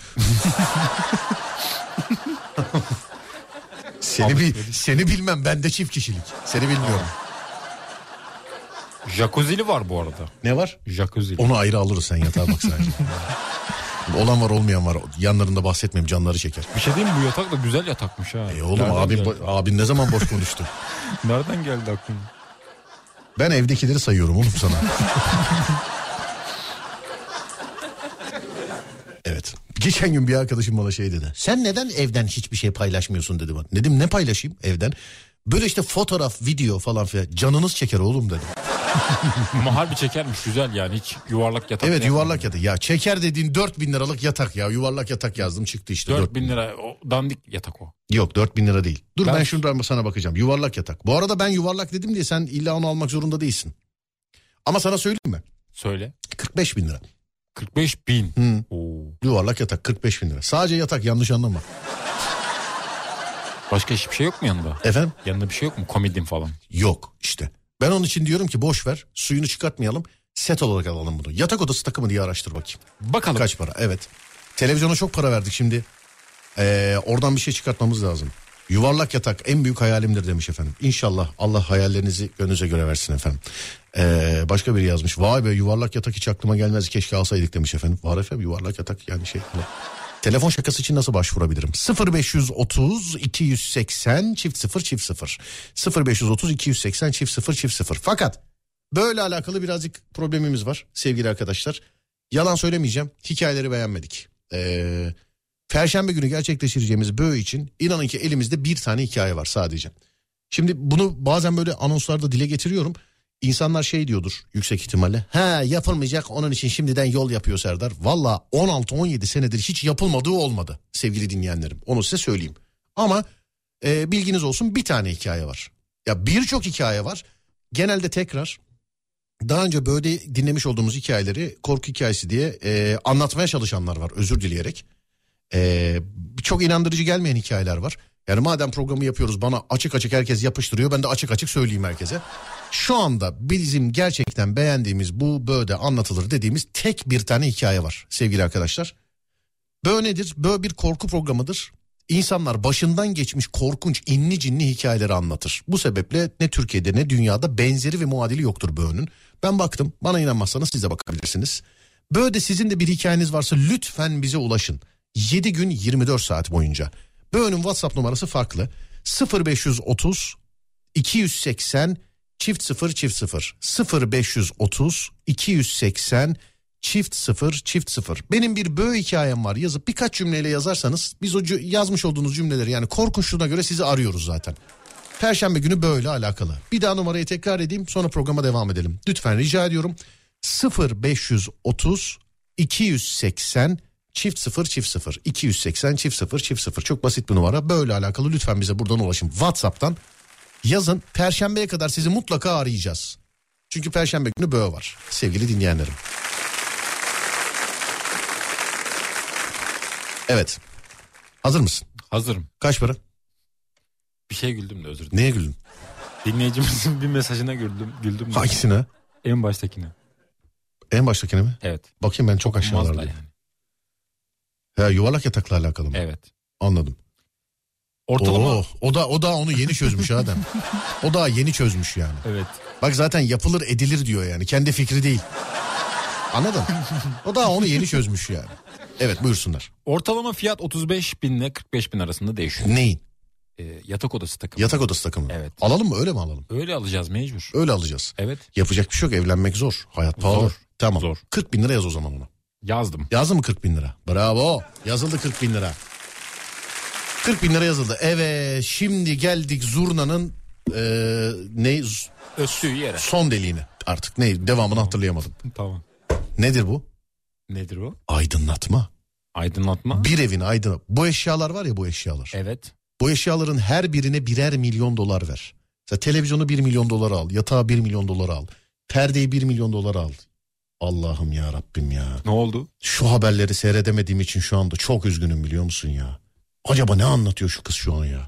seni bil, seni bilmem, ben de çift kişilik. Seni bilmiyorum.
Jacuzzi'li var bu arada.
Ne var?
Jacuzzi'li.
Onu ayrı alırız, sen yatağa bak sadece. Olan var olmayan var. Yanlarında bahsetmeyeyim, canları çeker.
Bir şey diyeyim mi? Bu yatak da güzel yatakmış ha.
E oğlum, abin, bo- abin ne zaman boş konuştu?
Nereden geldi aklına?
Ben evdekileri sayıyorum oğlum sana. Evet. Geçen gün bir arkadaşım bana şey dedi. Sen neden evden hiçbir şey paylaşmıyorsun dedi bana. Dedim ne paylaşayım evden? Böyle işte fotoğraf, video falan filan. Canınız çeker oğlum dedim.
Ama harbi çekermiş, güzel yani, hiç yuvarlak yatak.
Evet, yuvarlak yatak. Ya çeker dediğin dört bin liralık yatak ya. Yuvarlak yatak yazdım çıktı işte.
dört bin lira o, dandik yatak o.
Yok, dört bin lira değil. Dur ben,
Ben-
ben şuradan sana bakacağım. Yuvarlak yatak. Bu arada ben yuvarlak dedim diye sen illa onu almak zorunda değilsin. Ama sana söyleyeyim mi?
Söyle.
kırk beş bin lira.
kırk beş bin.
Hı.
Oo.
Yuvarlak yatak kırk beş bin lira. Sadece yatak, yanlış anlama.
Başka hiçbir şey yok mu yanında?
Efendim?
Yanında bir şey yok mu? Komodin falan.
Yok işte. Ben onun için diyorum ki boş ver, suyunu çıkartmayalım, set olarak alalım bunu. Yatak odası takımı diye araştır bakayım.
Bakalım.
Kaç para? Evet. Televizyona çok para verdik şimdi. Ee, oradan bir şey çıkartmamız lazım. Yuvarlak yatak en büyük hayalimdir demiş efendim. İnşallah Allah hayallerinizi gönlünüze göre versin efendim. Ee, başka biri yazmış. Vay be, yuvarlak yatak hiç aklıma gelmez, keşke alsaydık demiş efendim. Var efendim, yuvarlak yatak yani şey. Telefon şakası için nasıl başvurabilirim? sıfır beş otuz iki yüz seksen çift sıfır çift sıfır. sıfır beş otuz iki yüz seksen çift sıfır çift sıfır. Fakat böyle alakalı birazcık problemimiz var sevgili arkadaşlar. Yalan söylemeyeceğim, hikayeleri beğenmedik. Ee, Perşembe günü gerçekleştireceğimiz böğü için inanın ki elimizde bir tane hikaye var sadece. Şimdi bunu bazen böyle anonslarda dile getiriyorum. İnsanlar şey diyordur yüksek ihtimalle. Ha, yapılmayacak, onun için şimdiden yol yapıyor Serdar. Valla on altı on yedi senedir hiç yapılmadığı olmadı sevgili dinleyenlerim. Onu size söyleyeyim. Ama e, bilginiz olsun, bir tane hikaye var. Ya birçok hikaye var. Genelde tekrar daha önce böyle dinlemiş olduğumuz hikayeleri korku hikayesi diye e, anlatmaya çalışanlar var, özür dileyerek. E, çok inandırıcı gelmeyen hikayeler var. Yani madem programı yapıyoruz, bana açık açık herkes yapıştırıyor, ben de açık açık söyleyeyim herkese. Şu anda bizim gerçekten beğendiğimiz, bu böyle anlatılır dediğimiz tek bir tane hikaye var sevgili arkadaşlar. Bö nedir? Bö bir korku programıdır. İnsanlar başından geçmiş korkunç, inli cinli hikayeleri anlatır. Bu sebeple ne Türkiye'de ne dünyada benzeri ve muadili yoktur Bö'nün. Ben baktım, bana inanmazsanız siz de bakabilirsiniz. Bö'de sizin de bir hikayeniz varsa lütfen bize ulaşın. yedi gün yirmi dört saat boyunca. Bö'nün WhatsApp numarası farklı. sıfır beş otuz iki yüz seksen çift sıfır çift sıfır. sıfır beş otuz iki yüz seksen çift sıfır çift sıfır. Benim bir Bö hikayem var yazıp birkaç cümleyle yazarsanız biz o yazmış olduğunuz cümleleri, yani korkunçluğuna göre sizi arıyoruz zaten. Perşembe günü böyle alakalı. Bir daha numarayı tekrar edeyim, sonra programa devam edelim. Lütfen rica ediyorum. sıfır beş otuz iki yüz seksen çift sıfır çift sıfır iki yüz seksen çift sıfır çift sıfır, çok basit bir numara. Böyle alakalı lütfen bize buradan ulaşın. WhatsApp'tan yazın. Perşembeye kadar sizi mutlaka arayacağız. Çünkü Perşembe günü böyle var sevgili dinleyenlerim. Evet. Hazır mısın?
Hazırım.
Kaç para?
Bir şey güldüm de, özür dilerim.
Neye güldün?
Dinleyicimizin bir mesajına güldüm. güldüm de.
Hangisine?
En baştakine.
En baştakine mi?
Evet.
Bakayım, ben çok
Okunmaz da
aşağılarda.
yani.
Ha, yuvarlak yatakla alakalı mı?
Evet.
Anladım.
Ortalama.
Oo, o da o da onu yeni çözmüş Adem. O daha yeni çözmüş yani.
Evet.
Bak zaten yapılır edilir diyor yani. Kendi fikri değil. Anladın? O daha onu yeni çözmüş yani. Evet, buyursunlar.
Ortalama fiyat otuz beş bin ile kırk beş bin arasında değişiyor.
Neyin?
Ee, yatak odası takımı.
Yatak odası takımı.
Evet.
Alalım mı, öyle mi alalım?
Öyle alacağız mecbur.
Öyle alacağız.
Evet.
Yapacak bir şey yok, evlenmek zor. Hayat pahalı.
Zor.
Tamam.
Zor.
kırk bin lira yaz o zaman ona.
Yazdım.
Yazdı mı kırk bin lira? Bravo. Yazıldı kırk bin lira. kırk bin lira yazıldı. Evet, şimdi geldik zurnanın e, ne?
Öttüğü yere.
Son deliğine. Artık ne? Devamını hatırlayamadım.
Tamam.
Nedir bu?
Nedir o?
Aydınlatma.
Aydınlatma.
Bir evin aydınlatma. Bu eşyalar var ya, bu eşyalar.
Evet.
Bu eşyaların her birine birer milyon dolar ver. Mesela televizyonu bir milyon dolara al. Yatağı bir milyon dolara al. Perdeyi bir milyon dolara al. Allah'ım ya Rabbim ya.
Ne oldu?
Şu haberleri seyredemediğim için şu anda çok üzgünüm, biliyor musun ya? Acaba ne anlatıyor şu kız şu an ya?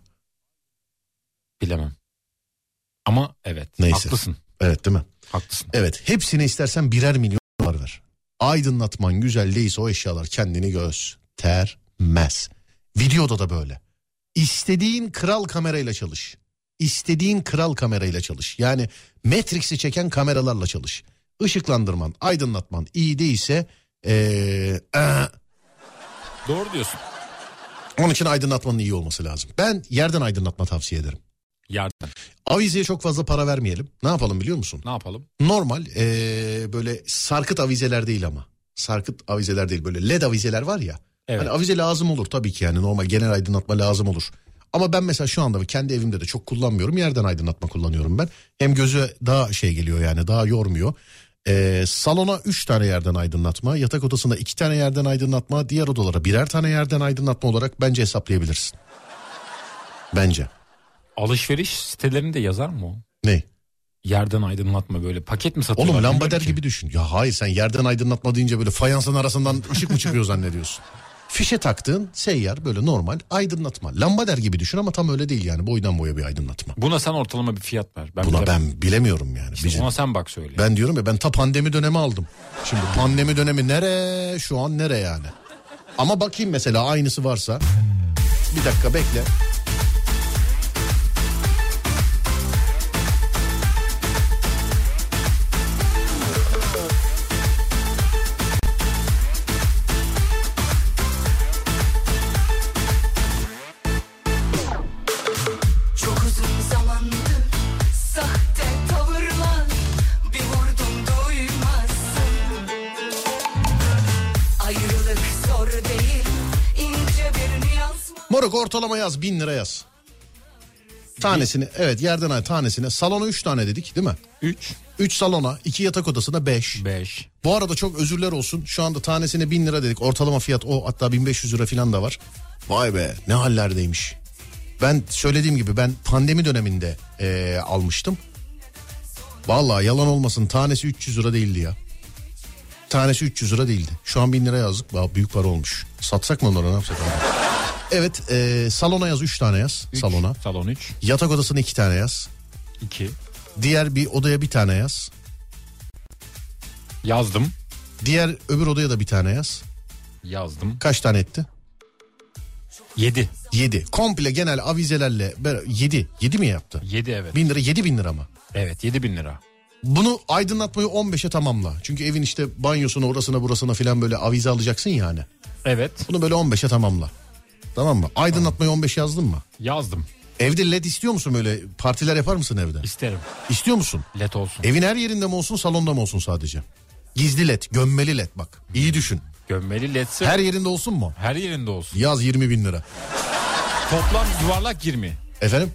Bilemem. Ama evet.
Neyse.
Haklısın.
Evet, değil mi?
Haklısın.
Evet, hepsine istersen birer milyon dolar ver. Aydınlatman güzel değilse o eşyalar kendini göstermez. Videoda da böyle. İstediğin kral kamerayla çalış. İstediğin kral kamerayla çalış. Yani Matrix'i çeken kameralarla çalış. Işıklandırman, aydınlatman iyi değilse ee, ee,
Doğru diyorsun.
onun için aydınlatmanın iyi olması lazım. Ben yerden aydınlatma tavsiye ederim.
Yerden.
Avizeye çok fazla para vermeyelim. Ne yapalım biliyor musun?
Ne yapalım?
Normal ee, böyle sarkıt avizeler değil ama. Sarkıt avizeler değil, böyle led avizeler var ya.
Evet.
Hani avize lazım olur tabii ki, yani normal genel aydınlatma lazım olur. Ama ben mesela şu anda kendi evimde de çok kullanmıyorum. Yerden aydınlatma kullanıyorum ben. Hem gözü daha şey geliyor, yani daha yormuyor. Ee, salona üç tane yerden aydınlatma, yatak odasında iki tane yerden aydınlatma, diğer odalara birer tane yerden aydınlatma olarak bence hesaplayabilirsin. Bence.
Alışveriş sitelerinde yazar mı o?
Ne?
Yerden aydınlatma, böyle paket mi satıyorlar?
Oğlum lambader
Bilmiyorum ki.
gibi düşün. Ya hayır, sen yerden aydınlatma deyince böyle fayansın arasından ışık mı çıkıyor zannediyorsun? Fişe taktığın seyyar böyle normal aydınlatma. Lambader gibi düşün ama tam öyle değil yani, boydan boya bir aydınlatma.
Buna sen ortalama bir fiyat ver. Ben
Buna
bilemem.
ben bilemiyorum yani.
İşte
Bizim-
ona sen bak söyle.
Ben diyorum ya, ben ta pandemi dönemi aldım. Şimdi pandemi dönemi nere, şu an nere yani? Ama bakayım mesela aynısı varsa. Bir dakika bekle.
Çok uzun zamandır sahte tavırlar, bir vurdum duymazsın. Ayrılık zor değil, ince bir nüans mı?
Moruk ortalama yaz, bin lira yaz. Tanesini, evet yerden ay tanesine. Salona üç tane dedik değil mi?
üç.
üç salona, iki yatak odasına beş.
beş.
Bu arada çok özürler olsun. Şu anda tanesine bin lira dedik. Ortalama fiyat o, hatta bin beş yüz lira falan da var. Vay be, ne hallerdeymiş. Ben söylediğim gibi ben pandemi döneminde ee, almıştım. Vallahi yalan olmasın, tanesi üç yüz lira değildi ya. Tanesi üç yüz lira değildi. Şu an bin lira yazdık. Vallahi büyük para olmuş. Satsak mı onları, ne yapsak abi? Evet, ee, salona yaz, üç tane yaz.
Üç.
Salona.
Salon üç.
Yatak odasına iki tane yaz.
iki.
Diğer bir odaya bir tane yaz.
Yazdım.
Diğer öbür odaya da bir tane yaz.
Yazdım.
Kaç tane etti?
yedi.
Yedi. Komple genel avizelerle yedi. Yedi mi yaptı?
yedi evet.
Bin lira, yedi bin lira mı?
Evet, yedi bin lira.
Bunu aydınlatmayı on beşe tamamla. Çünkü evin işte banyosuna, orasına burasına filan böyle avize alacaksın ya hani.
Evet.
Bunu böyle on beşe tamamla. Tamam mı? Aydınlatmayı on beş yazdın mı?
Yazdım.
Evde led istiyor musun, böyle partiler yapar mısın evde?
İsterim.
İstiyor musun?
Led olsun.
Evin her yerinde mi olsun, salonda mı olsun sadece? Gizli led, gömmeli led bak. İyi düşün.
Gömmeli ledse
Her
her,
yerinde olsun mu?
her yerinde olsun.
Yaz yirmi bin lira.
Toplam yuvarlak yirmi.
Efendim?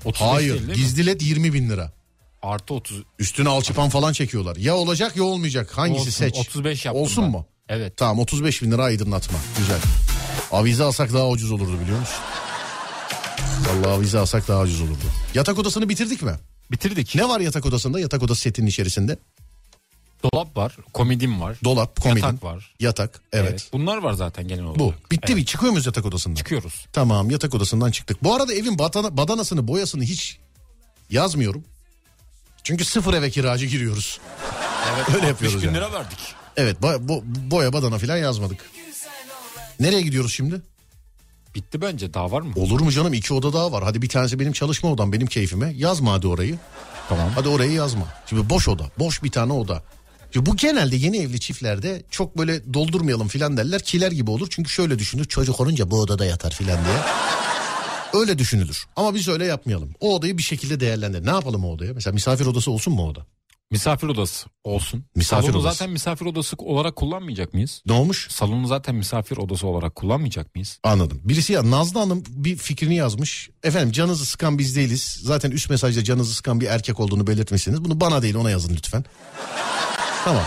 otuz beş
Hayır,
değil, değil mi?
gizli led yirmi bin lira.
Artı otuz.
Üstüne alçıpan falan çekiyorlar. Ya olacak ya olmayacak. Hangisi
Olsun,
seç?
otuz beş yaptım
Olsun
ben.
mu?
Evet.
Tamam, otuz beş bin lira aydınlatma. Güzel. Avize alsak daha ucuz olurdu biliyor musun? Vallahi avize alsak daha ucuz olurdu. Yatak odasını bitirdik mi?
Bitirdik.
Ne var yatak odasında? Yatak odası setinin içerisinde.
Dolap var, komedim var.
Dolap, komodin.
Yatak var.
Yatak, evet.
Evet. Bunlar var zaten genel olarak.
Bu. Bitti
Evet.
mi? Çıkıyor muyuz yatak odasından?
Çıkıyoruz.
Tamam, yatak odasından çıktık. Bu arada evin badana, badanasını, boyasını hiç yazmıyorum. Çünkü sıfır eve kiracı giriyoruz.
Evet.
Öyle yapıyoruz
bin
yani.
lira verdik.
Evet, bo- bo- boya badana falan yazmadık. Nereye gidiyoruz şimdi?
Bitti bence, daha var mı?
Olur mu canım, iki oda daha var. Hadi bir tanesi benim çalışma odam, benim keyfime. Yazma hadi orayı.
Tamam.
Hadi orayı yazma. Şimdi boş oda, boş bir tane oda. Şimdi bu genelde yeni evli çiftlerde çok böyle doldurmayalım filan derler. Kiler gibi olur. Çünkü şöyle düşünür, çocuk olunca bu odada yatar filan diye. Öyle düşünülür. Ama biz öyle yapmayalım. O odayı bir şekilde değerlendir. Ne yapalım o odaya? Mesela misafir odası olsun mu o oda?
Misafir odası olsun.
Misafir
Salonu
odası.
zaten misafir odası olarak kullanmayacak mıyız?
Ne olmuş?
Salonu zaten misafir odası olarak kullanmayacak mıyız?
Anladım. Birisi ya, Nazlı Hanım bir fikrini yazmış. Efendim, canınızı sıkan biz değiliz. Zaten üst mesajda canınızı sıkan bir erkek olduğunu belirtmişsiniz. Bunu bana değil, ona yazın lütfen. Tamam.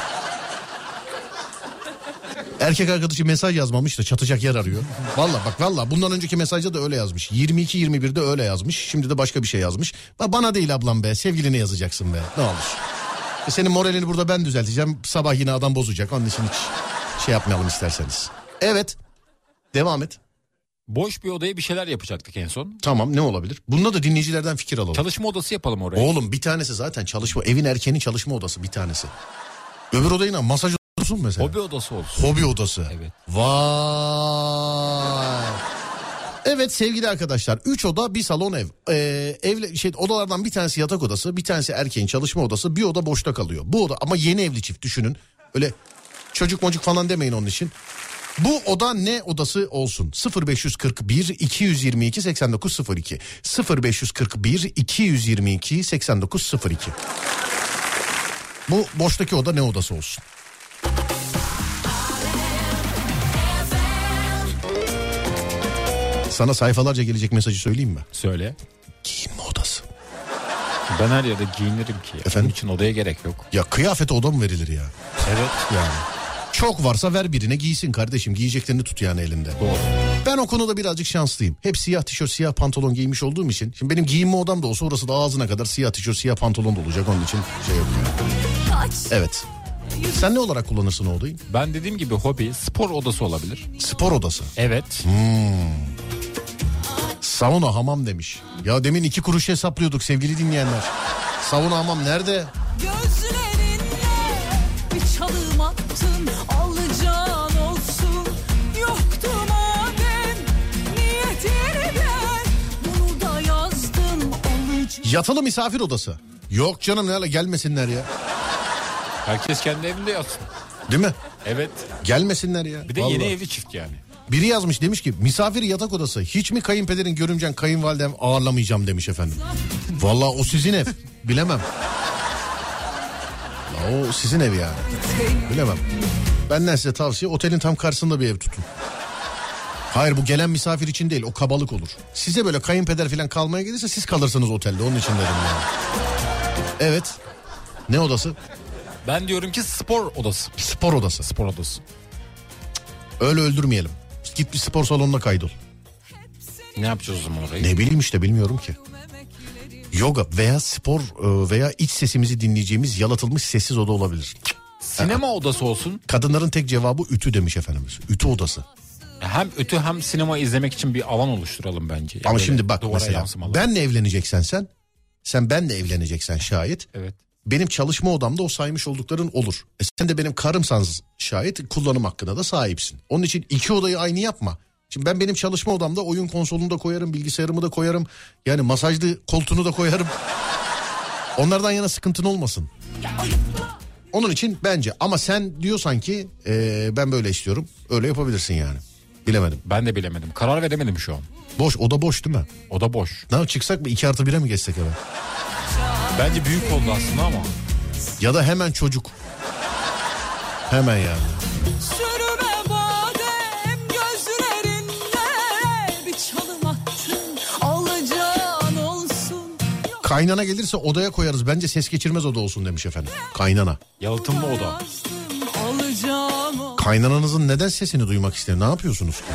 Erkek arkadaşı mesaj yazmamış da çatacak yer arıyor. Valla bak, valla bundan önceki mesajda da öyle yazmış. yirmi iki yirmi birde öyle yazmış. Şimdi de başka bir şey yazmış. Bana değil ablam be, sevgiline yazacaksın be. Ne olur. E senin moralini burada ben düzelteceğim. Sabah yine adam bozacak. Onun için hiç şey yapmayalım isterseniz. Evet. Devam et.
Boş bir odaya bir şeyler yapacaktık en son.
Tamam, ne olabilir? Bunda da dinleyicilerden fikir alalım.
Çalışma odası yapalım oraya.
Oğlum bir tanesi zaten çalışma. Evin erkeğinin çalışma odası bir tanesi. Öbür odayı ne? Masaj odası mı mesela?
Hobi odası olsun.
Hobi odası.
Evet.
Vay. Evet sevgili arkadaşlar, üç oda bir salon ev. Ee, evle, şey, odalardan bir tanesi yatak odası, bir tanesi erkeğin çalışma odası, bir oda boşta kalıyor. Bu oda ama yeni evli çift düşünün. Öyle çocuk mocuk falan demeyin onun için. Bu oda ne odası olsun? sıfır beş kırk bir iki yüz yirmi iki seksen dokuz sıfır iki sıfır beş kırk bir iki yüz yirmi iki seksen dokuz sıfır iki. Bu boştaki oda ne odası olsun? Sana sayfalarca gelecek mesajı söyleyeyim mi?
Söyle.
Giyinme odası.
Ben her yerde giyinirim ki.
Efendim?
Bunun için odaya gerek yok.
Ya kıyafete oda mı verilir ya?
Evet.
Yani. Çok varsa ver birine giysin kardeşim. Giyeceklerini tut yani elinde.
Doğru.
Ben o konuda birazcık şanslıyım. Hep siyah tişört, siyah pantolon giymiş olduğum için. Şimdi benim giyinme odam da olsa orası da ağzına kadar siyah tişört, siyah pantolon da olacak. Onun için şey yok yani. Evet. Sen ne olarak kullanırsın o odayı?
Ben dediğim gibi hobi, spor odası olabilir.
Spor odası.
Evet.
Hmm. Sauna, hamam demiş. Ya demin iki kuruş hesaplıyorduk sevgili dinleyenler. Sauna, hamam nerede?
Gözlerinle bir çalım attın, alacağın olsun. Yoktu madem niyetini ben, bunu da yazdım olacak.
Yatılı misafir odası. Yok canım, ne ala gelmesinler ya.
Herkes kendi evinde yatsın.
Değil mi?
Evet.
Gelmesinler ya.
Bir de
Vallahi.
yeni evli çift yani.
Biri yazmış, demiş ki misafir yatak odası. Hiç mi kayınpederin, görümcen, kayınvalidem ağırlamayacağım demiş efendim. Vallahi o sizin ev. Bilemem. La o sizin ev yani. Bilemem. Benden size tavsiye, otelin tam karşısında bir ev tutun. Hayır, bu gelen misafir için değil, o kabalık olur. Size böyle kayınpeder falan kalmaya gelirse siz kalırsınız otelde, onun için dedim yani. Evet. Ne odası?
Ben diyorum ki spor odası.
Spor odası.
Spor odası.
Öyle öldürmeyelim. Git bir spor salonuna kaydol.
Ne yapacağız o zaman orayı?
Ne bileyim işte, bilmiyorum ki. Yoga veya spor veya iç sesimizi dinleyeceğimiz yalıtılmış sessiz oda olabilir.
Sinema odası olsun.
Kadınların tek cevabı ütü demiş efendimiz. Ütü odası.
Hem ütü hem sinema izlemek için bir alan oluşturalım bence. Yani
ama
böyle
şimdi bak
duvara
mesela
yansımalı.
benle evleneceksen sen, sen benle evleneceksen şayet.
Evet.
Benim çalışma odamda o saymış oldukların olur. E sen de benim karımsan şayet kullanım hakkına da sahipsin. Onun için iki odayı aynı yapma. Şimdi ben benim çalışma odamda oyun konsolunu da koyarım, bilgisayarımı da koyarım. Yani masajlı koltuğunu da koyarım. Onlardan yana sıkıntın olmasın. Onun için bence, ama sen diyorsan ki e, ben böyle istiyorum, öyle yapabilirsin yani. Bilemedim.
Ben de bilemedim. Karar veremedim şu an.
Boş, oda boş değil mi?
Oda boş.
Ne çıksak mı, iki artı bire mi geçsek eve?
Bence büyük oldu aslında ama.
Ya da hemen çocuk. Hemen yani.
Sürüme badem gözlerinle bir çalım attın, alacağın olsun.
Kaynana gelirse odaya koyarız. Bence ses geçirmez oda olsun demiş efendim. Kaynana.
Yalıtımlı oda.
Kaynananızın neden sesini duymak ister? Ne yapıyorsunuz ki?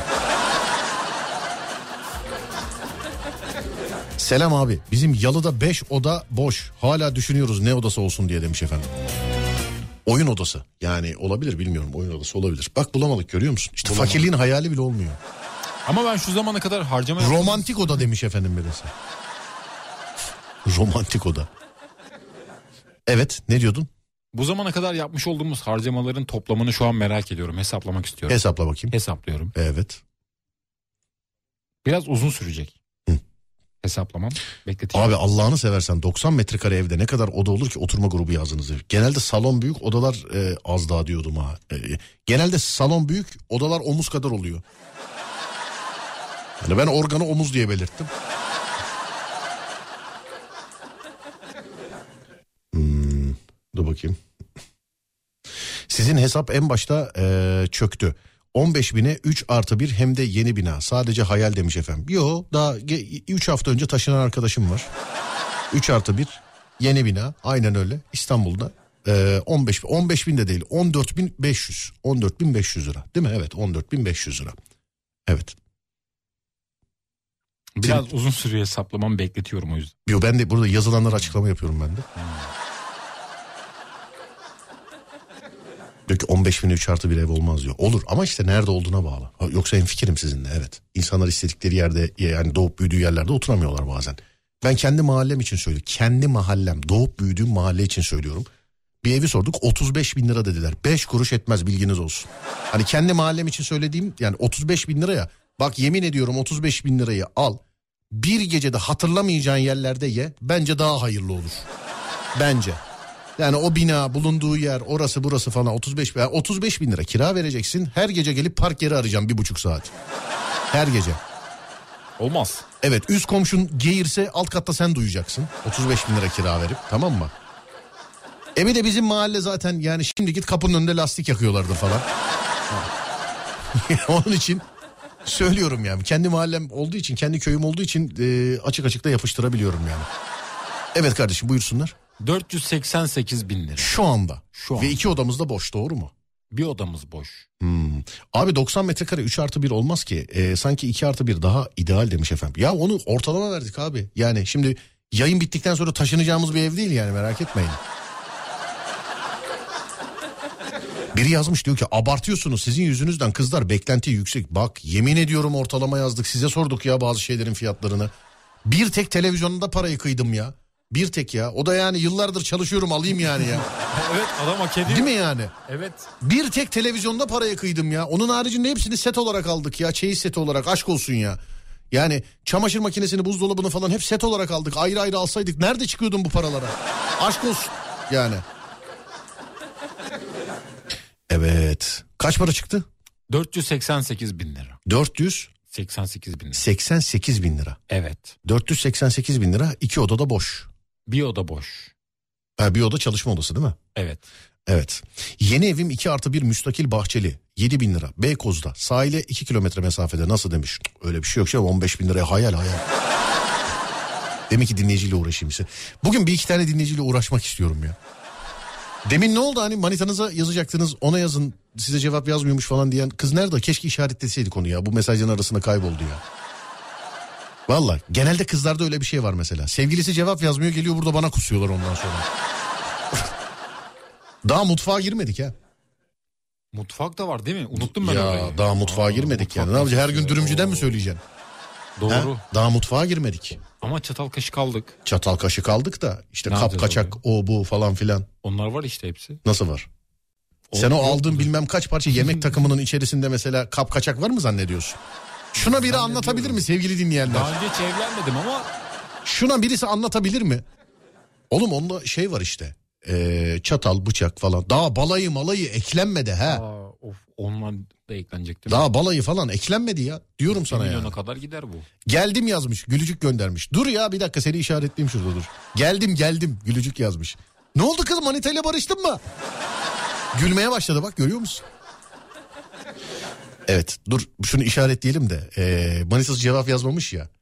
Selam abi. Bizim yalıda beş oda boş. Hala düşünüyoruz ne odası olsun diye demiş efendim. Oyun odası. Yani olabilir, bilmiyorum. Oyun odası olabilir. Bak bulamadık, görüyor musun? İşte bulamadık. Fakirliğin hayali bile olmuyor.
Ama ben şu zamana kadar harcama...
Romantik oda demiş efendim birisi. Romantik oda. Evet, ne diyordun?
Bu zamana kadar yapmış olduğumuz harcamaların toplamını şu an merak ediyorum. Hesaplamak istiyorum.
Hesapla bakayım.
Hesaplıyorum.
Evet.
Biraz uzun sürecek.
Hı.
Hesaplamam. Bekleteceğim.
Abi Allah'ını seversen doksan metrekare evde ne kadar oda olur ki oturma grubu yazdınız. Genelde salon büyük, odalar e, az daha diyordum ha. E, genelde salon büyük, odalar omuz kadar oluyor. Yani ben organı omuz diye belirttim. Hmm, dur bakayım. Sizin hesap en başta e, çöktü. on beş bine üç artı bir hem de yeni bina. Sadece hayal demiş efendim. Yo, daha üç hafta önce taşınan arkadaşım var. üç artı bir yeni bina, aynen öyle, İstanbul'da. Ee, on beş, on beş bin de değil, on dört bin beş yüz. on dört bin beş yüz lira değil mi? Evet, on dört bin beş yüz lira. Evet.
Biraz Senin... uzun süre hesaplamam, bekletiyorum o yüzden.
Yo, ben de burada yazılanlara açıklama yapıyorum ben de. Hmm. Diyor ki on beş bin üç artı bir ev olmaz diyor. Olur ama işte nerede olduğuna bağlı. Yoksa hemfikirim sizinle, evet. İnsanlar istedikleri yerde, yani doğup büyüdüğü yerlerde oturamıyorlar bazen. Ben kendi mahallem için söylüyorum. Kendi mahallem, doğup büyüdüğüm mahalle için söylüyorum. Bir evi sorduk, otuz beş bin lira dediler. beş kuruş etmez, bilginiz olsun. Hani kendi mahallem için söylediğim, yani otuz beş bin liraya, bak yemin ediyorum otuz beş bin lirayı al. Bir gecede hatırlamayacağın yerlerde ye. Bence daha hayırlı olur. Bence. Yani o bina, bulunduğu yer, orası burası falan otuz beş bin, otuz beş bin lira kira vereceksin. Her gece gelip park yeri arayacağım bir buçuk saat. Her gece.
Olmaz.
Evet, üst komşun geğirse alt katta sen duyacaksın. otuz beş bin lira kira verip, tamam mı? E bir de bizim mahalle zaten, yani şimdi git kapının önünde lastik yakıyorlardır falan. Onun için söylüyorum yani. Kendi mahallem olduğu için, kendi köyüm olduğu için e, açık açık da yapıştırabiliyorum yani. Evet kardeşim, buyursunlar.
dört yüz seksen sekiz bin lira.
Şu anda.
Şu an.
Ve iki odamız da boş, doğru mu?
Bir odamız boş.
Hmm. Abi doksan metrekare üç artı bir olmaz ki. Ee, sanki iki artı bir daha ideal demiş efendim. Ya onu ortalama verdik abi. Yani şimdi yayın bittikten sonra taşınacağımız bir ev değil yani, merak etmeyin. Biri yazmış, diyor ki abartıyorsunuz, sizin yüzünüzden kızlar beklenti yüksek. Bak yemin ediyorum ortalama yazdık, size sorduk ya bazı şeylerin fiyatlarını. Bir tek televizyonunda parayı kıydım ya. Bir tek ya. O da yani yıllardır çalışıyorum, alayım yani ya.
Evet, adam hak ediyor.
Değil mi yani?
Evet.
Bir tek televizyonda paraya kıydım ya. Onun haricinde hepsini set olarak aldık ya. Çeyiz seti olarak, aşk olsun ya. Yani çamaşır makinesini, buzdolabını falan hep set olarak aldık. Ayrı ayrı alsaydık nerede çıkıyordun bu paralara? Aşk olsun yani. Evet. Kaç para çıktı?
dört yüz seksen sekiz bin lira.
dört yüz
seksen sekiz bin lira.
seksen sekiz bin lira.
Evet.
dört yüz seksen sekiz bin lira, iki odada boş.
Bir oda boş.
Ha, bir oda çalışma odası değil mi?
Evet.
Evet. Yeni evim iki artı bir müstakil bahçeli. yedi bin lira. Beykoz'da. Sahile iki kilometre mesafede. Nasıl demiş? Öyle bir şey yok. Şey, on beş bin liraya hayal hayal. Demek ki dinleyiciyle uğraşayım size. Bugün bir iki tane dinleyiciyle uğraşmak istiyorum ya. Demin ne oldu, hani manitanıza yazacaktınız, ona yazın, size cevap yazmıyormuş falan diyen kız nerede? Keşke işaretleseydik onu ya. Bu mesajların arasında kayboldu ya. Vallahi genelde kızlarda öyle bir şey var mesela. Sevgilisi cevap yazmıyor, geliyor burada bana kusuyorlar ondan sonra. Daha mutfağa girmedik ya.
Mutfak da var değil mi? Unuttum ben
ya,
orayı.
Ya daha mutfağa Aa, girmedik yani. Ne yapacağız? Her gün dürümcüden mi söyleyeceksin?
Doğru.
Ha? Daha mutfağa girmedik.
Ama çatal kaşık aldık.
Çatal kaşık aldık da işte ne kap kaçak oraya? O bu falan filan.
Onlar var işte hepsi.
Nasıl var? O, Sen o aldığın mu? Bilmem kaç parça yemek takımının içerisinde mesela kap kaçak var mı zannediyorsun? Şuna biri anlatabilir mi sevgili dinleyenler?
Daha önce hiç evlenmedim ama.
Şuna birisi anlatabilir mi? Oğlum onda şey var işte. Ee, çatal, bıçak falan. Daha balayı malayı eklenmedi ha.
Aa, of, onlar da eklenecekti.
Daha balayı falan eklenmedi ya. Diyorum sana ya.
Milyona
yani.
kadar gider bu.
Geldim yazmış. Gülücük göndermiş. Dur ya bir dakika, seni işaretleyeyim şurada dur. Geldim geldim. Gülücük yazmış. Ne oldu kız, manitayla barıştın mı? Gülmeye başladı bak, görüyor musun? Evet dur şunu işaretleyelim de. Ee, manitası cevap yazmamış ya.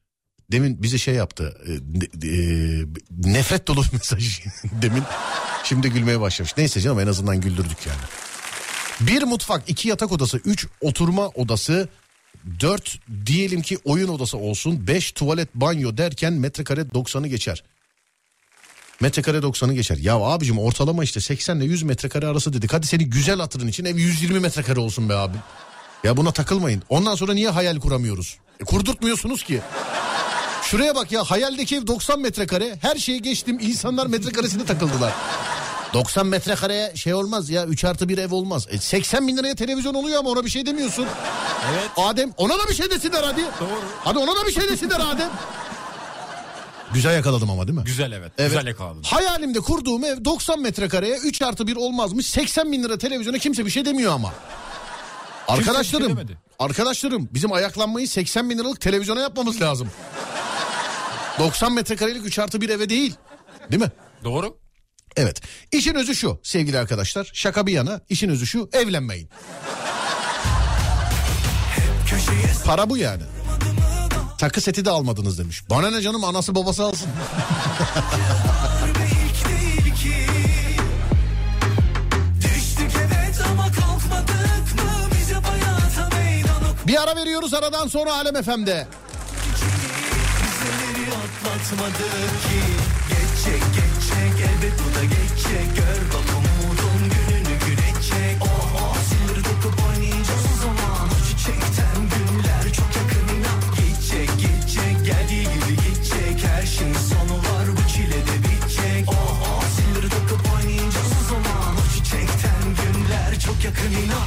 demin bize şey yaptı. E, e, nefret dolu bir mesaj. Demin şimdi gülmeye başlamış. Neyse canım en azından güldürdük yani. Bir mutfak, iki yatak odası, üç oturma odası, dört diyelim ki oyun odası olsun, beş tuvalet banyo derken metrekare doksanı geçer. Metrekare doksanı geçer. Ya abicim ortalama işte seksen ile yüz metrekare arası dedik. Hadi senin güzel hatırın için ev yüz yirmi metrekare olsun be abi. Ya buna takılmayın. Ondan sonra niye hayal kuramıyoruz? E, kurdurtmuyorsunuz ki. Şuraya bak ya, hayaldeki ev doksan metrekare. Her şeye geçtim, insanlar metrekaresine takıldılar. doksan metrekareye şey olmaz ya, üç artı bir ev olmaz. E, seksen bin liraya televizyon oluyor ama ona bir şey demiyorsun.
Evet.
Adem ona da bir şey desinler hadi.
Doğru.
Hadi ona da bir şey desinler Adem. Güzel yakaladım ama değil mi?
Güzel evet.
Evet.
Güzel yakaladın.
Hayalimde kurduğum ev doksan metrekareye üç artı bir olmazmış. seksen bin lira televizyona kimse bir şey demiyor ama. Arkadaşlarım,
şey
arkadaşlarım bizim ayaklanmayı seksen bin liralık televizyona yapmamız lazım. doksan metrekarelik üç artı bir eve değil. Değil mi?
Doğru.
Evet. İşin özü şu sevgili arkadaşlar. Şaka bir yana, işin özü şu: evlenmeyin. Para bu yani. Takı seti de almadınız demiş. Bana ne canım, anası babası alsın. Bir ara veriyoruz, aradan sonra Alem F M'de.
Geçecek geçecek elbet bu da geçecek. Gör bak umudun gününü güneşecek. Oh oh silleri dokup oynayacağız o zaman. O çiçekten günler çok yakın inan. Geçecek geçecek geldiği gibi geçecek. Her şeyin sonu var, bu çile de bitecek. Oh oh silleri dokup oynayacağız o zaman. O çiçekten günler çok yakın inan.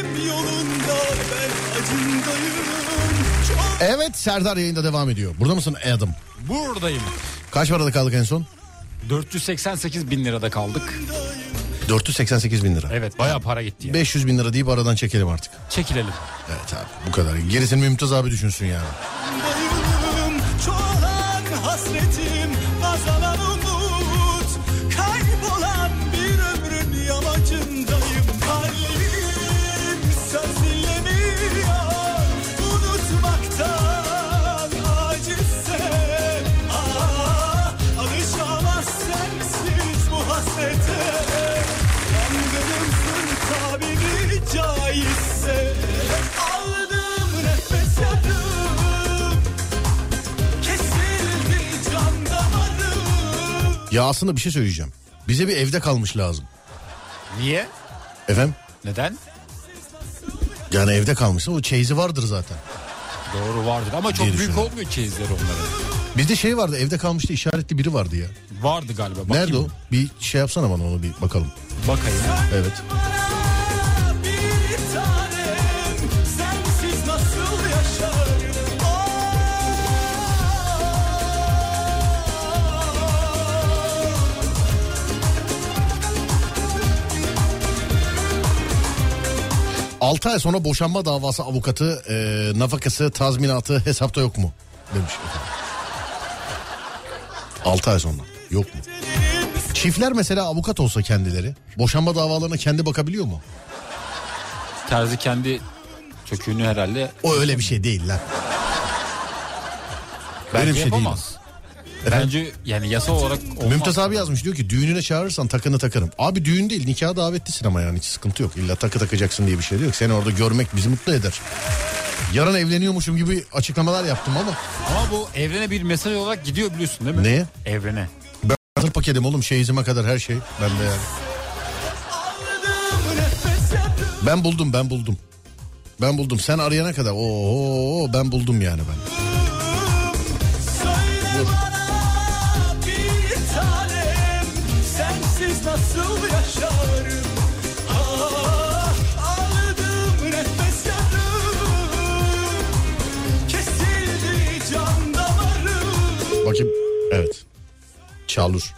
yolunda ben acındayım. Çok...
Evet, Serdar yayında devam ediyor. Burada mısın Adam?
Buradayım.
Kaç parada kaldık en son?
dört yüz seksen sekiz bin lirada kaldık.
dört yüz seksen sekiz bin lira.
Evet, bayağı para gitti yani.
beş yüz bin lira deyip aradan çekelim artık.
Çekilelim.
Evet abi, bu kadar. Gerisini Mümtaz abi düşünsün yani.
Dayım, çoğalan hasretim, azalan umut, kaybolan bir ömrün yamacındayım. Kalbim söz dinlemiyor, unutmaktan acizsem. Ah, alışamaz sensiz bu hasrete. Yangınımsın tabiri caizse. Aldım nefes yarım, kesildi can damarım.
Ya aslında bir şey söyleyeceğim. Bize bir evde kalmış lazım.
Niye?
Efendim?
Neden?
Yani evde kalmışsa o çeyizi vardır zaten.
Doğru, vardır ama çok
Diye
büyük
düşünüyorum.
olmuyor çeyizleri onların.
Bizde şey vardı, evde kalmıştı işaretli biri vardı ya.
Vardı galiba. Bakayım.
Nerede o? Bir şey yapsana bana, onu bir bakalım.
Bakayım.
Evet.
Bir tanem, sensiz nasıl yaşarım?
altı ay sonra boşanma davası avukatı e, nafakası, tazminatı hesapta yok mu? Demiş. altı ay sonra yok mu? Çiftler mesela avukat olsa kendileri boşanma davalarına kendi bakabiliyor mu?
Terzi kendi söküğünü herhalde.
O öyle bir şey değil lan.
Bence
Öyle bir şey değil.
yapamaz. Bence yani yasa olarak olmaz.
Mümtaz abi yazmış, diyor ki düğününe çağırırsan takını takarım. Abi düğün değil, nikaha davetlisin ama yani hiç sıkıntı yok. İlla takı takacaksın diye bir şey yok. Seni orada görmek bizi mutlu eder. Yarın evleniyormuşum gibi açıklamalar yaptım ama.
Ama bu evrene bir mesaj olarak gidiyor biliyorsun değil mi?
Neye?
Evrene.
Ben hazır paketim oğlum, şeyizime kadar her şey. Ben de yani. Ben buldum ben buldum. Ben buldum. Sen arayana kadar. Oo ben buldum yani ben.
Söyle bana bir tanem, sensiz nasıl yaşarım? Ah, aldım nefes yarım, kesildi can damarım.
Bakayım. Evet. Çağlur.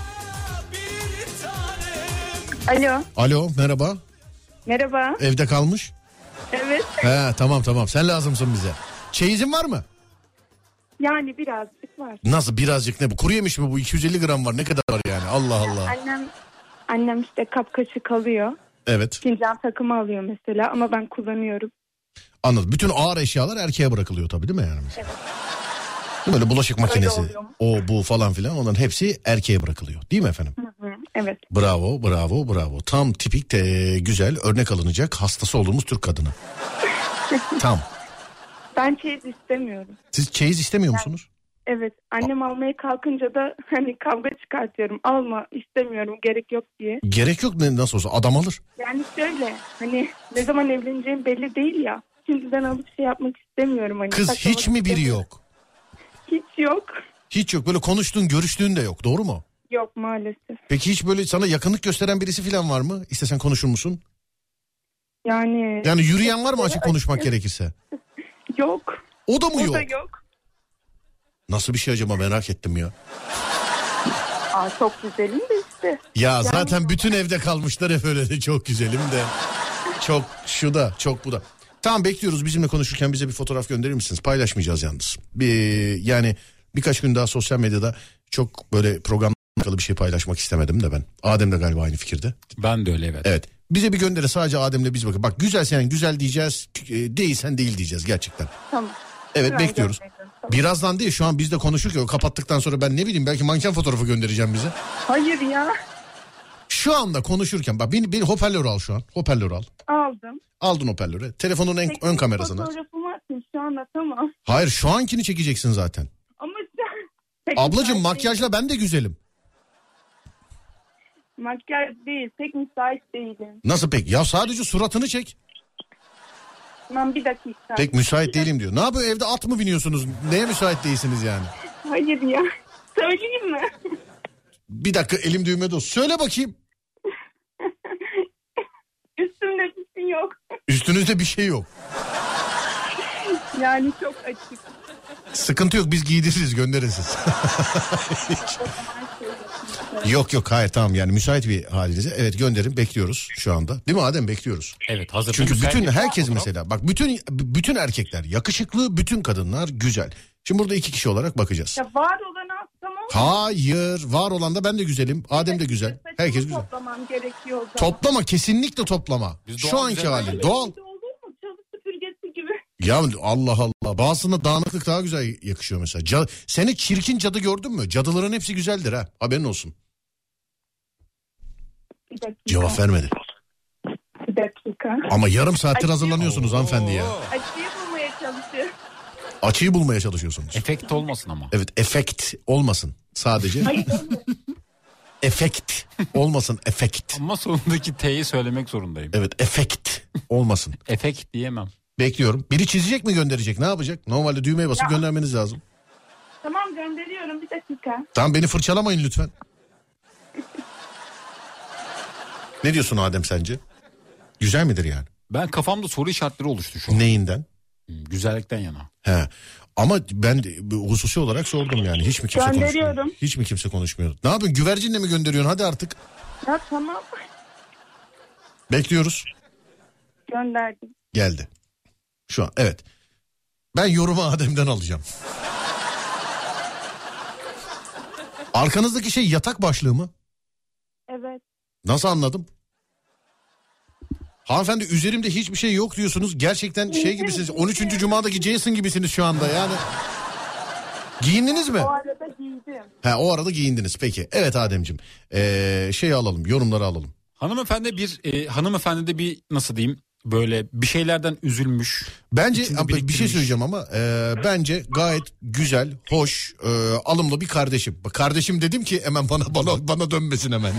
Alo,
Alo, merhaba.
merhaba.
Evde kalmış.
Evet,
He tamam tamam, sen lazımsın bize. Çeyizin var mı?
yani birazcık var.
Nasıl birazcık, ne bu? Kuru yemiş mi bu? iki yüz elli gram var, ne kadar var yani? Allah Allah.
Annem annem işte kapkaçı kalıyor.
Evet,
Fincan takımı alıyor mesela ama ben kullanıyorum.
anladım. Bütün ağır eşyalar erkeğe bırakılıyor tabii değil mi yani? Mesela? Böyle bulaşık makinesi,
oluyor.
o bu falan filan, onların hepsi erkeğe bırakılıyor. Değil mi efendim?
Hı hı, evet.
Bravo, bravo, bravo. Tam tipik de güzel, örnek alınacak hastası olduğumuz Türk kadını. Tam.
Ben çeyiz istemiyorum.
Siz çeyiz istemiyor musunuz?
Evet, annem almaya kalkınca da hani kavga çıkartıyorum. Alma, istemiyorum, gerek yok diye.
Gerek yok, ne nasıl olsa adam alır.
Yani şöyle, hani ne zaman evleneceğim belli değil ya. Şimdiden alıp şey yapmak istemiyorum. Hani,
Kız
saklamak
hiç mi biri
istemiyorum.
yok?
Hiç yok.
Hiç yok, böyle konuştuğun, görüştüğün de yok, doğru mu?
Yok maalesef.
Peki hiç böyle sana yakınlık gösteren birisi falan var mı? İstesen konuşur musun?
Yani...
Yani yürüyen var mı açık konuşmak gerekirse?
Yok.
O da mı
O
yok?
da yok.
Nasıl bir şey acaba, merak ettim ya.
Aa, çok güzelim de işte.
Ya zaten bütün evde kalmışlar hep öyle de, çok güzelim de. Çok şu da, çok bu da. Tamam, bekliyoruz, bizimle konuşurken bize bir fotoğraf gönderir misiniz? Paylaşmayacağız yalnız. Bir, yani birkaç gün daha sosyal medyada çok böyle programla alakalı bir şey paylaşmak istemedim de ben. Adem de galiba aynı fikirde.
Ben de öyle, evet.
Evet. Bize bir gönderi, sadece Adem'le biz bakın. Bak güzelsen güzel diyeceğiz, e, değilsen değil diyeceğiz gerçekten.
Tamam.
Evet,
Ben
bekliyoruz.
göndereceğim, tamam.
Birazdan değil, şu an biz de konuşurken, o kapattıktan sonra ben ne bileyim, belki manken fotoğrafı göndereceğim bize.
Hayır ya.
Şu anda konuşurken bak, beni, beni hoparlör al şu an. Hoparlör al.
Aldım.
Aldın hoparlörü. Telefonun en,
Peki,
ön kamerasını aç.
fotoğrafımı atın şu anda, tamam.
Hayır, şu ankini çekeceksin zaten.
Ama sen... Pek
Ablacığım
müsait
makyajla ben de güzelim.
değil. Makyaj değil. Pek müsait değilim.
Nasıl pek? Ya sadece suratını çek.
Tamam, bir dakika.
Pek müsait değilim diyor. Ne yapıyor, evde at mı biniyorsunuz? Neye müsait değilsiniz yani?
Hayır ya. Söyleyeyim mi?
Bir dakika, elim düğmede olsun. Söyle bakayım.
Üstümde bir şey yok.
Üstünüzde bir şey yok.
Yani çok açık.
Sıkıntı yok, biz giydiririz, göndeririz siz. Yok yok hayır tamam yani müsait bir halinize. Evet gönderin, bekliyoruz şu anda. Değil mi Adem, bekliyoruz.
Evet hazır.
Çünkü
Müsait
bütün
bir-
herkes
Tamam.
mesela bak bütün bütün erkekler yakışıklı, bütün kadınlar güzel. Şimdi burada iki kişi olarak bakacağız.
Ya var olanı atsam olur.
Hayır, var olan da ben de güzelim. Adem de güzel.
Saçımı
Herkes güzel.
toplamam gerekiyor o zaman.
Toplama, kesinlikle toplama.
Biz
Şu
doğal
anki
güzel-
halin doğal.
Bir de olur mu? Çalı süpürgesi gibi.
Ya Allah Allah. Bazısında dağınıklık daha güzel yakışıyor mesela. Ca- Seni çirkin cadı gördün mü? Cadıların hepsi güzeldir ha. Haberin olsun.
Bir dakika.
Cevap vermedi.
Bir dakika.
Ama yarım saattir
Ay,
hazırlanıyorsunuz hanımefendi ya.
Oo.
Açıyı bulmaya çalışıyorum.
Açıyı bulmaya çalışıyorsunuz.
Efekt olmasın ama.
Evet, efekt olmasın sadece.
Hayır olmuyor.
Efekt olmasın, efekt.
Ama sonundaki T'yi söylemek zorundayım.
Evet, efekt olmasın.
Efekt diyemem.
Bekliyorum. Biri çizecek mi, gönderecek? Ne yapacak? Normalde düğmeye basıp
Ya.
göndermeniz lazım.
Tamam gönderiyorum bir dakika.
Tamam, beni fırçalamayın lütfen. Ne diyorsun Adem sence? Güzel midir yani?
Ben kafamda soru işaretleri oluştu şu an.
Neyinden?
Hmm, Güzellikten yana.
He. Ama ben de hususi olarak sordum yani. Hiç mi kimse konuşmuyor?
Gönderiyorum.
Hiç mi kimse konuşmuyor? Ne yapıyorsun? Güvercinle mi gönderiyorsun? Hadi artık.
Ya tamam.
Bekliyoruz.
Gönderdim.
Geldi. Şu an evet. Ben yorumu Adem'den alacağım. Arkanızdaki şey yatak başlığı mı?
Evet.
Nasıl anladım? Hanımefendi üzerimde hiçbir şey yok diyorsunuz. Gerçekten şey gibisiniz. on üçüncü Cuma'daki Jason gibisiniz şu anda yani. Giyindiniz mi?
O arada giydim.
He, o arada giyindiniz. Peki. Evet Ademciğim. Ee, şeyi alalım. Yorumları alalım.
Hanımefendi bir e, hanımefendi de bir nasıl diyeyim böyle bir şeylerden üzülmüş.
Bence
İçinde
ama bir şey
biriktirmiş.
söyleyeceğim ama e, bence gayet güzel, hoş, e, alımlı bir kardeşim. Bak, kardeşim dedim ki hemen bana bana bana dönmesin hemen.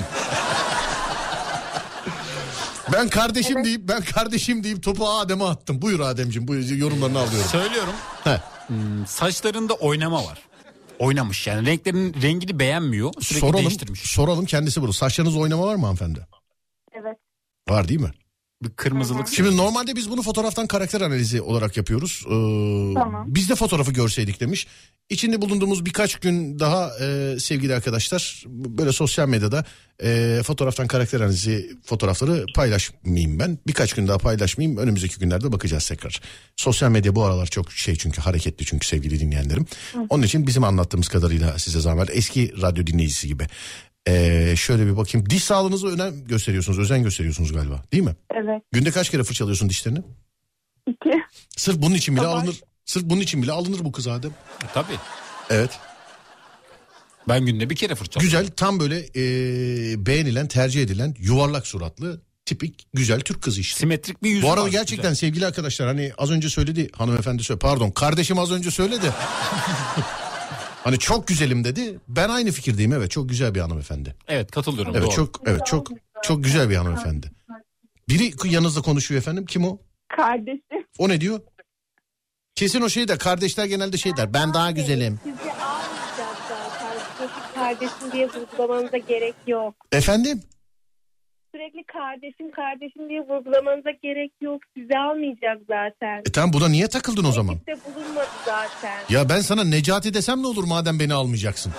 Ben kardeşim
Evet.
deyip ben kardeşim deyip topu Adem'e attım. Buyur Ademciğim, bu yorumlarını alıyorum.
Söylüyorum.
He.
Hmm, saçlarında oynama var. Oynamış yani renklerin rengini beğenmiyor. Sürekli
Soralım,
değiştirmiş.
soralım kendisi bunu. Saçlarınızda oynama var mı hanımefendi?
Evet.
Var değil mi?
Bir kırmızılık.
Şimdi normalde biz bunu fotoğraftan karakter analizi olarak yapıyoruz. Ee,
Tamam.
Biz de fotoğrafı görseydik demiş. İçinde bulunduğumuz birkaç gün daha e, sevgili arkadaşlar böyle sosyal medyada e, fotoğraftan karakter analizi fotoğrafları paylaşmayayım ben. Birkaç gün daha paylaşmayayım. Önümüzdeki günlerde bakacağız tekrar. Sosyal medya bu aralar çok şey çünkü hareketli çünkü sevgili dinleyenlerim. Onun için bizim anlattığımız kadarıyla size zahmet eski radyo dinleyicisi gibi. Ee, şöyle bir bakayım. Diş sağlığınıza önem gösteriyorsunuz, özen gösteriyorsunuz galiba, değil mi?
Evet.
Günde kaç kere fırçalıyorsun dişlerini?
İki.
Sırf bunun için bile
Sabah.
alınır. Sırf bunun için bile alınır bu kız Adem.
E, tabii.
Evet.
Ben günde bir kere fırçalıyorum.
Güzel, tam böyle ee, beğenilen, tercih edilen, yuvarlak suratlı, tipik güzel Türk kızı işte.
Simetrik bir yüzü
Bu arada
var,
gerçekten
güzel.
sevgili arkadaşlar hani az önce söyledi hanımefendi söyledi. Pardon, kardeşim az önce söyledi. Hani çok güzelim dedi. Ben aynı fikirdeyim, evet, çok güzel bir hanımefendi.
Evet katılıyorum.
Evet
doğru.
çok evet çok çok güzel bir hanımefendi. Biri yanınızda konuşuyor efendim. Kim o?
Kardeşim.
O ne diyor? Kesin o şey der. Kardeşler genelde şey der. Ben daha güzelim.
Sizi almayacak zaten. Sürekli kardeşim diye vurgulamanıza gerek yok.
Efendim?
Sürekli kardeşim kardeşim diye vurgulamanıza gerek yok. Sizi almayacak zaten.
E tamam, buna niye takıldın o zaman?
Teklifte bulunmadı zaten.
Ya ben sana Necati desem ne olur madem beni almayacaksın?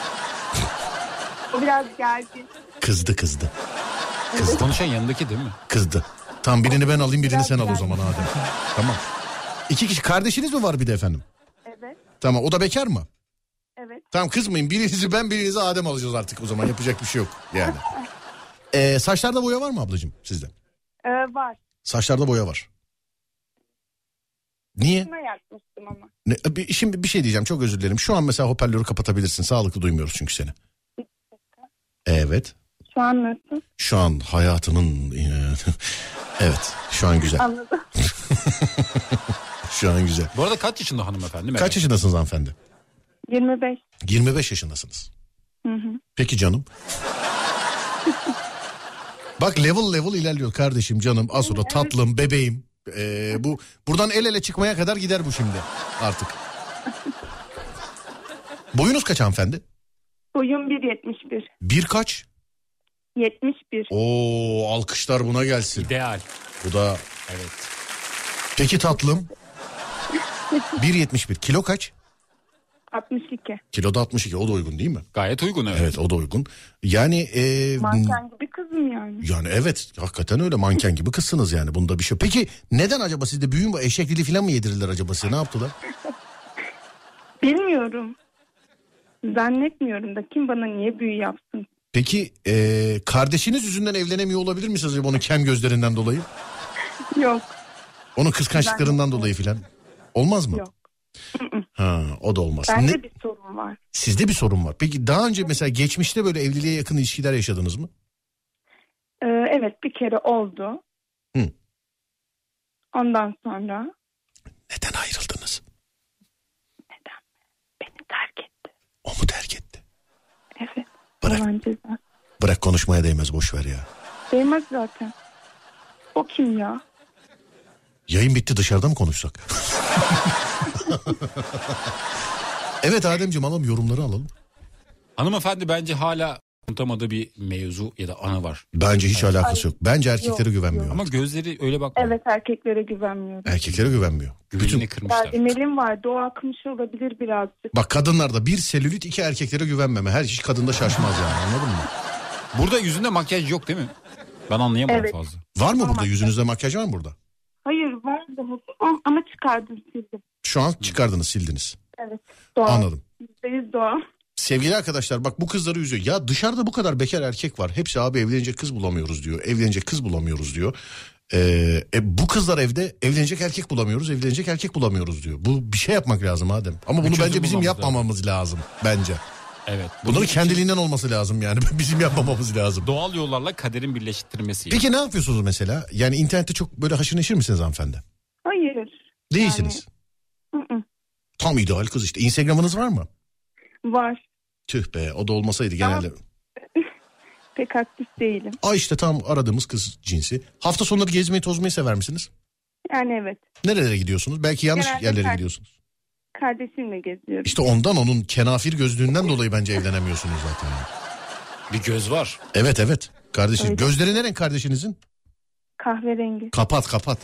O biraz gergin.
Kızdı kızdı.
Konuşan yanındaki değil mi?
Kızdı. Tamam, birini ben alayım, birini sen al o zaman Adem. Tamam. İki kişi, kardeşiniz mi var bir de efendim?
Evet.
Tamam, o da bekar mı?
Evet.
Tamam, kızmayın, birinizi ben birinizi Adem alacağız artık o zaman, yapacak bir şey yok yani. Ee, saçlarda boya var mı ablacığım sizde?
Ee, var.
Saçlarda boya var. Niye?
Şuna yakmıştım ama.
Ne, bir, şimdi bir şey diyeceğim, çok özür dilerim. Şu an mesela hoparlörü kapatabilirsin, sağlıklı duymuyoruz çünkü seni. Evet.
Şu an nasıl?
Şu an hayatının... Evet, şu an güzel.
Anladım.
Şu an güzel.
Bu arada kaç yaşında hanımefendi? Merak
Kaç yaşındasınız hanımefendi?
yirmi beş.
yirmi beş yaşındasınız.
Hı hı.
Peki canım. Bak level level ilerliyor kardeşim, canım, Asura, tatlım, bebeğim. Ee, bu buradan el ele çıkmaya kadar gider bu şimdi artık. Boyunuz kaç hanımefendi?
Boyum bir yetmiş bir.
Bir kaç?
yetmiş bir.
Oo, alkışlar buna gelsin.
İdeal.
Bu da
Evet.
peki tatlım. bir yetmiş bir. Kilo kaç?
altmış iki.
Kiloda altmış iki. O da uygun değil mi?
Gayet uygun evet.
Evet, o da uygun. Yani e,
Manken gibi kızım yani.
yani evet, hakikaten öyle, manken gibi kızsınız yani, bunda bir şey. Peki neden acaba sizde büyü mü, eşek dili falan mı yedirirler acaba size, ne yaptılar?
Bilmiyorum. Zannetmiyorum da kim bana niye büyü yapsın?
Peki e, kardeşiniz yüzünden evlenemiyor olabilir misiniz acaba, onun kem gözlerinden dolayı?
Yok.
Onun kıskançlıklarından dolayı filan. Olmaz mı?
Yok.
Ha, o da olmaz.
Bende
Ne?
bir sorun var.
Sizde bir sorun var. Peki daha önce mesela geçmişte böyle evliliğe yakın ilişkiler yaşadınız mı?
Ee, evet, bir kere oldu.
Hı.
Ondan sonra
Neden ayrıldınız?
neden? Beni terk etti.
O mu terk etti?
Evet.
Bırak.
Allah'ın cezası.
Bırak, konuşmaya değmez, boş ver ya.
Değmez zaten. O kim ya?
Yayın bitti, dışarıda mı konuşsak? Evet Ademciğim, alalım yorumları alalım.
Hanımefendi bence hala unutamadığı bir mevzu ya da anı var.
Bence hiç alakası yok. Bence erkeklere
Yok,
güvenmiyor.
Ama gözleri öyle bakma.
Evet, erkeklere güvenmiyorum.
Erkeklere güvenmiyor.
Güvenini
Bütün,
Ya,
kırmışlar.
emelim vardı, o akmış olabilir birazcık.
bak kadınlarda bir selülit, iki erkeklere güvenmeme. Her iş kadında şaşmaz yani, anladın mı?
Burada yüzünde makyaj yok değil mi? Ben anlayamadım
Evet.
fazla.
Var mı
Ama-
burada, yüzünüzde makyaj var mı burada?
Hayır, vardı ama çıkardım, sildim.
Şu an çıkardınız, sildiniz.
Evet, doğal.
Anladım.
yüzde yüz doğal.
Sevgili arkadaşlar, bak bu kızları üzüyor. Ya dışarıda bu kadar bekar erkek var. Hepsi abi evlenecek kız bulamıyoruz diyor. Evlenecek kız bulamıyoruz diyor. Ee, e, bu kızlar evde evlenecek erkek bulamıyoruz. Evlenecek erkek bulamıyoruz diyor. Bu bir şey yapmak lazım Adem. Ama bunu
çözüm
bence bizim
bulmamız
yapmamamız lazım. Bence.
Evet.
Bunların
için
kendiliğinden olması lazım yani. Bizim yapmamamız lazım.
doğal yollarla kaderin birleştirmesi.
Peki ne yapıyorsunuz mesela? Yani internette çok böyle haşır neşir misiniz hanımefendi?
Hayır.
Değilsiniz.
Yani, ı-ı.
Tam ideal kız işte. Instagram'ınız var mı?
Var.
Tüh be, o da olmasaydı genelde.
Pek aktif değilim.
Aa işte tam aradığımız kız cinsi. Hafta sonları gezmeyi tozmayı sever misiniz?
Yani evet.
Nerelere gidiyorsunuz? Belki yanlış
Genelde
yerlere
kar-
gidiyorsunuz.
Kardeşimle geziyorum.
İşte ondan, onun kenafir gözlüğünden dolayı bence evlenemiyorsunuz zaten.
Bir göz var.
Evet evet. Kardeşim.
Evet.
Gözleri ne renk kardeşinizin?
Kahverengi.
Kapat kapat.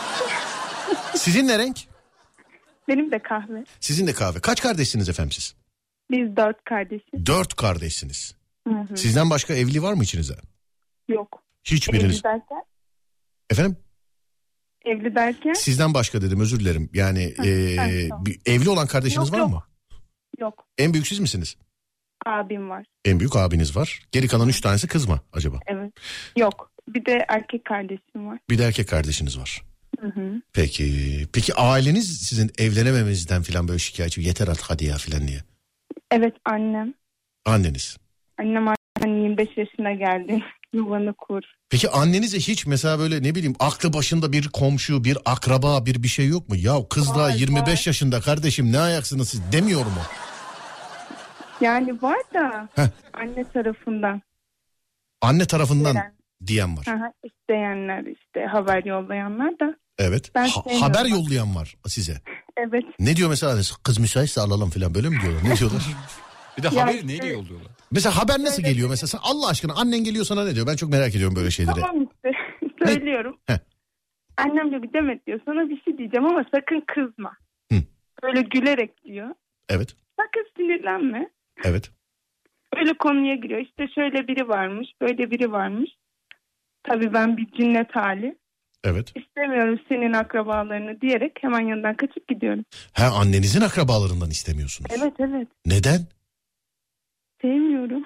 Sizin ne renk?
Benim de kahve.
Sizin de kahve. Kaç kardeşsiniz efendim siz?
Biz dört kardeşiz.
Dört kardeşsiniz.
Hı hı.
Sizden başka evli var mı içinizde?
Yok.
Hiçbiriniz.
Evli derken?
Efendim?
Evli derken?
Sizden başka dedim, özür dilerim. Yani eee,
evet, tamam.
bir evli olan kardeşiniz
Yok,
var
yok.
mı?
Yok.
En büyük siz misiniz?
Abim var.
En büyük abiniz var. Geri kalan üç tanesi kız mı acaba?
Evet. Yok. Bir de erkek kardeşim var.
Bir de erkek kardeşiniz var.
Hı hı.
Peki. Peki aileniz sizin evlenememenizden falan böyle şikayetçi, yeter artık hadi ya falan diye.
Evet, annem.
Anneniz.
Annem hani yirmi beş yaşına geldi. Yuvanı kur.
Peki annenize hiç mesela böyle ne bileyim aklı başında bir komşu, bir akraba, bir bir şey yok mu? Ya kız daha
Var,
yirmi beş
var.
yaşında kardeşim, ne ayaksınız siz demiyor mu?
Yani var da
Heh.
anne tarafından.
Anne tarafından
Gelen.
diyen var.
Hı hı, isteyenler, işte haber yollayanlar da.
Evet.
Ben
Ha-
sevmiyorum.
haber yollayan var size.
Evet.
Ne diyor mesela, kız müsaitse alalım falan, böyle mi diyorlar? Ne diyorlar?
Bir de
Ya
haberi
işte-
neyle yolluyorlar?
Mesela haber nasıl geliyor mesela? Sen Allah aşkına, annen geliyor sana ne diyor? Ben çok merak ediyorum böyle şeyleri.
Tamam işte. Söylüyorum.
Heh.
Annem de bir Demet diyor. Sana bir şey diyeceğim ama sakın kızma.
Hı.
Böyle gülerek diyor.
Evet.
Sakın sinirlenme.
Evet.
Öyle konuya giriyor. İşte şöyle biri varmış, böyle biri varmış. Tabii ben bir cinnet hali.
Evet.
İstemiyorum senin akrabalarını diyerek hemen yanından kaçıp gidiyorum.
Ha, annenizin akrabalarından istemiyorsunuz.
Evet evet.
Neden?
Sevmiyorum.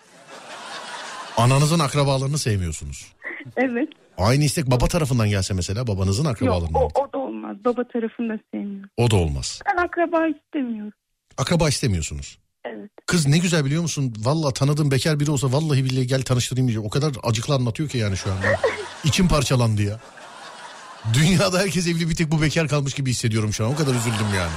Ananızın akrabalarını sevmiyorsunuz.
Evet.
Aynı istek baba tarafından gelse mesela, babanızın
Yok
akrabalarından.
o, o da olmaz. Baba tarafını da sevmiyorum.
O da olmaz.
Ben akraba istemiyorum.
Akraba istemiyorsunuz.
Evet.
Kız ne güzel biliyor musun? Vallahi tanıdığım bekar biri olsa vallahi billahi gel tanıştırayım diyeceğim. O kadar acıklı anlatıyor ki yani şu anda. İçim parçalandı ya. Dünyada herkes evli, bir tek bu bekar kalmış gibi hissediyorum şu an. O kadar üzüldüm yani.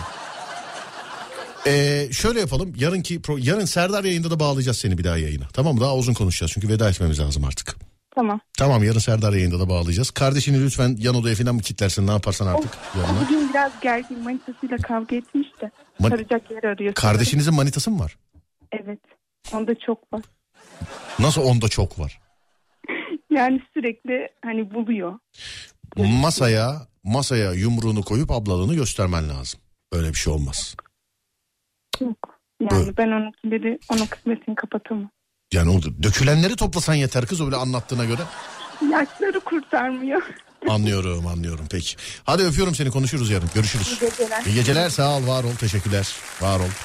Ee, şöyle yapalım. Yarınki pro- yarın Serdar yayında da bağlayacağız seni bir daha yayına. Tamam mı? Daha uzun konuşacağız çünkü veda etmemiz lazım artık.
Tamam.
Tamam, yarın Serdar yayında da bağlayacağız. Kardeşini lütfen yan odaya falan mı kilitlersin, ne yaparsan artık
O
yarına.
bugün biraz gergin, manitasıyla kavga etmiş de.
Man-
Saracak yer arıyor.
Kardeşinizin manitası mı var?
Evet. Onda çok var.
Nasıl onda çok var?
Yani sürekli hani buluyor.
masaya masaya yumruğunu koyup ablalığını göstermen lazım. Böyle bir şey olmaz.
Yok. Yani
Böyle.
ben onunkileri, onun kısmetini kapatamam.
Yani oldu. Dökülenleri toplasan yeter kız, öyle anlattığına göre.
Yaşları kurtarmıyor.
Anlıyorum anlıyorum peki. Hadi öpüyorum seni, konuşuruz yarın. Görüşürüz.
İyi geceler.
İyi geceler, sağ ol, var ol, teşekkürler. Var ol.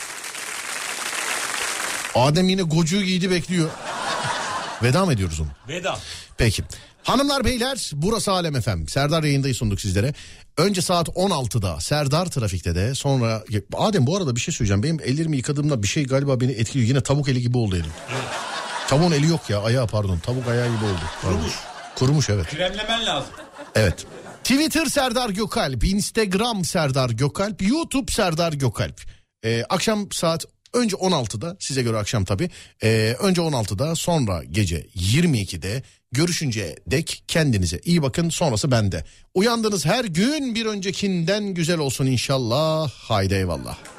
Adem yine gocuğu giydi, bekliyor. Veda mı ediyoruz onu?
Veda.
Peki. Hanımlar beyler, burası Alem F M. Serdar yayındayı sunduk sizlere. Önce saat on altıda Serdar Trafik'te de, sonra... Adem bu arada bir şey söyleyeceğim. Benim ellerimi yıkadığımda bir şey galiba beni etkiliyor. Yine tavuk eli gibi oldu elim.
Evet.
Tavuğun eli yok ya, ayağı pardon. Tavuk ayağı gibi oldu.
Kurumuş.
Kurumuş evet.
Kremlemen lazım.
Evet. Twitter Serdar Gökalp, Instagram Serdar Gökalp, YouTube Serdar Gökalp. Ee, akşam saat önce on altıda, size göre akşam tabii. Ee, önce on altıda, sonra gece yirmi ikide görüşünceye dek kendinize iyi bakın, sonrası bende. Uyandığınız her gün bir öncekinden güzel olsun inşallah. Haydi eyvallah.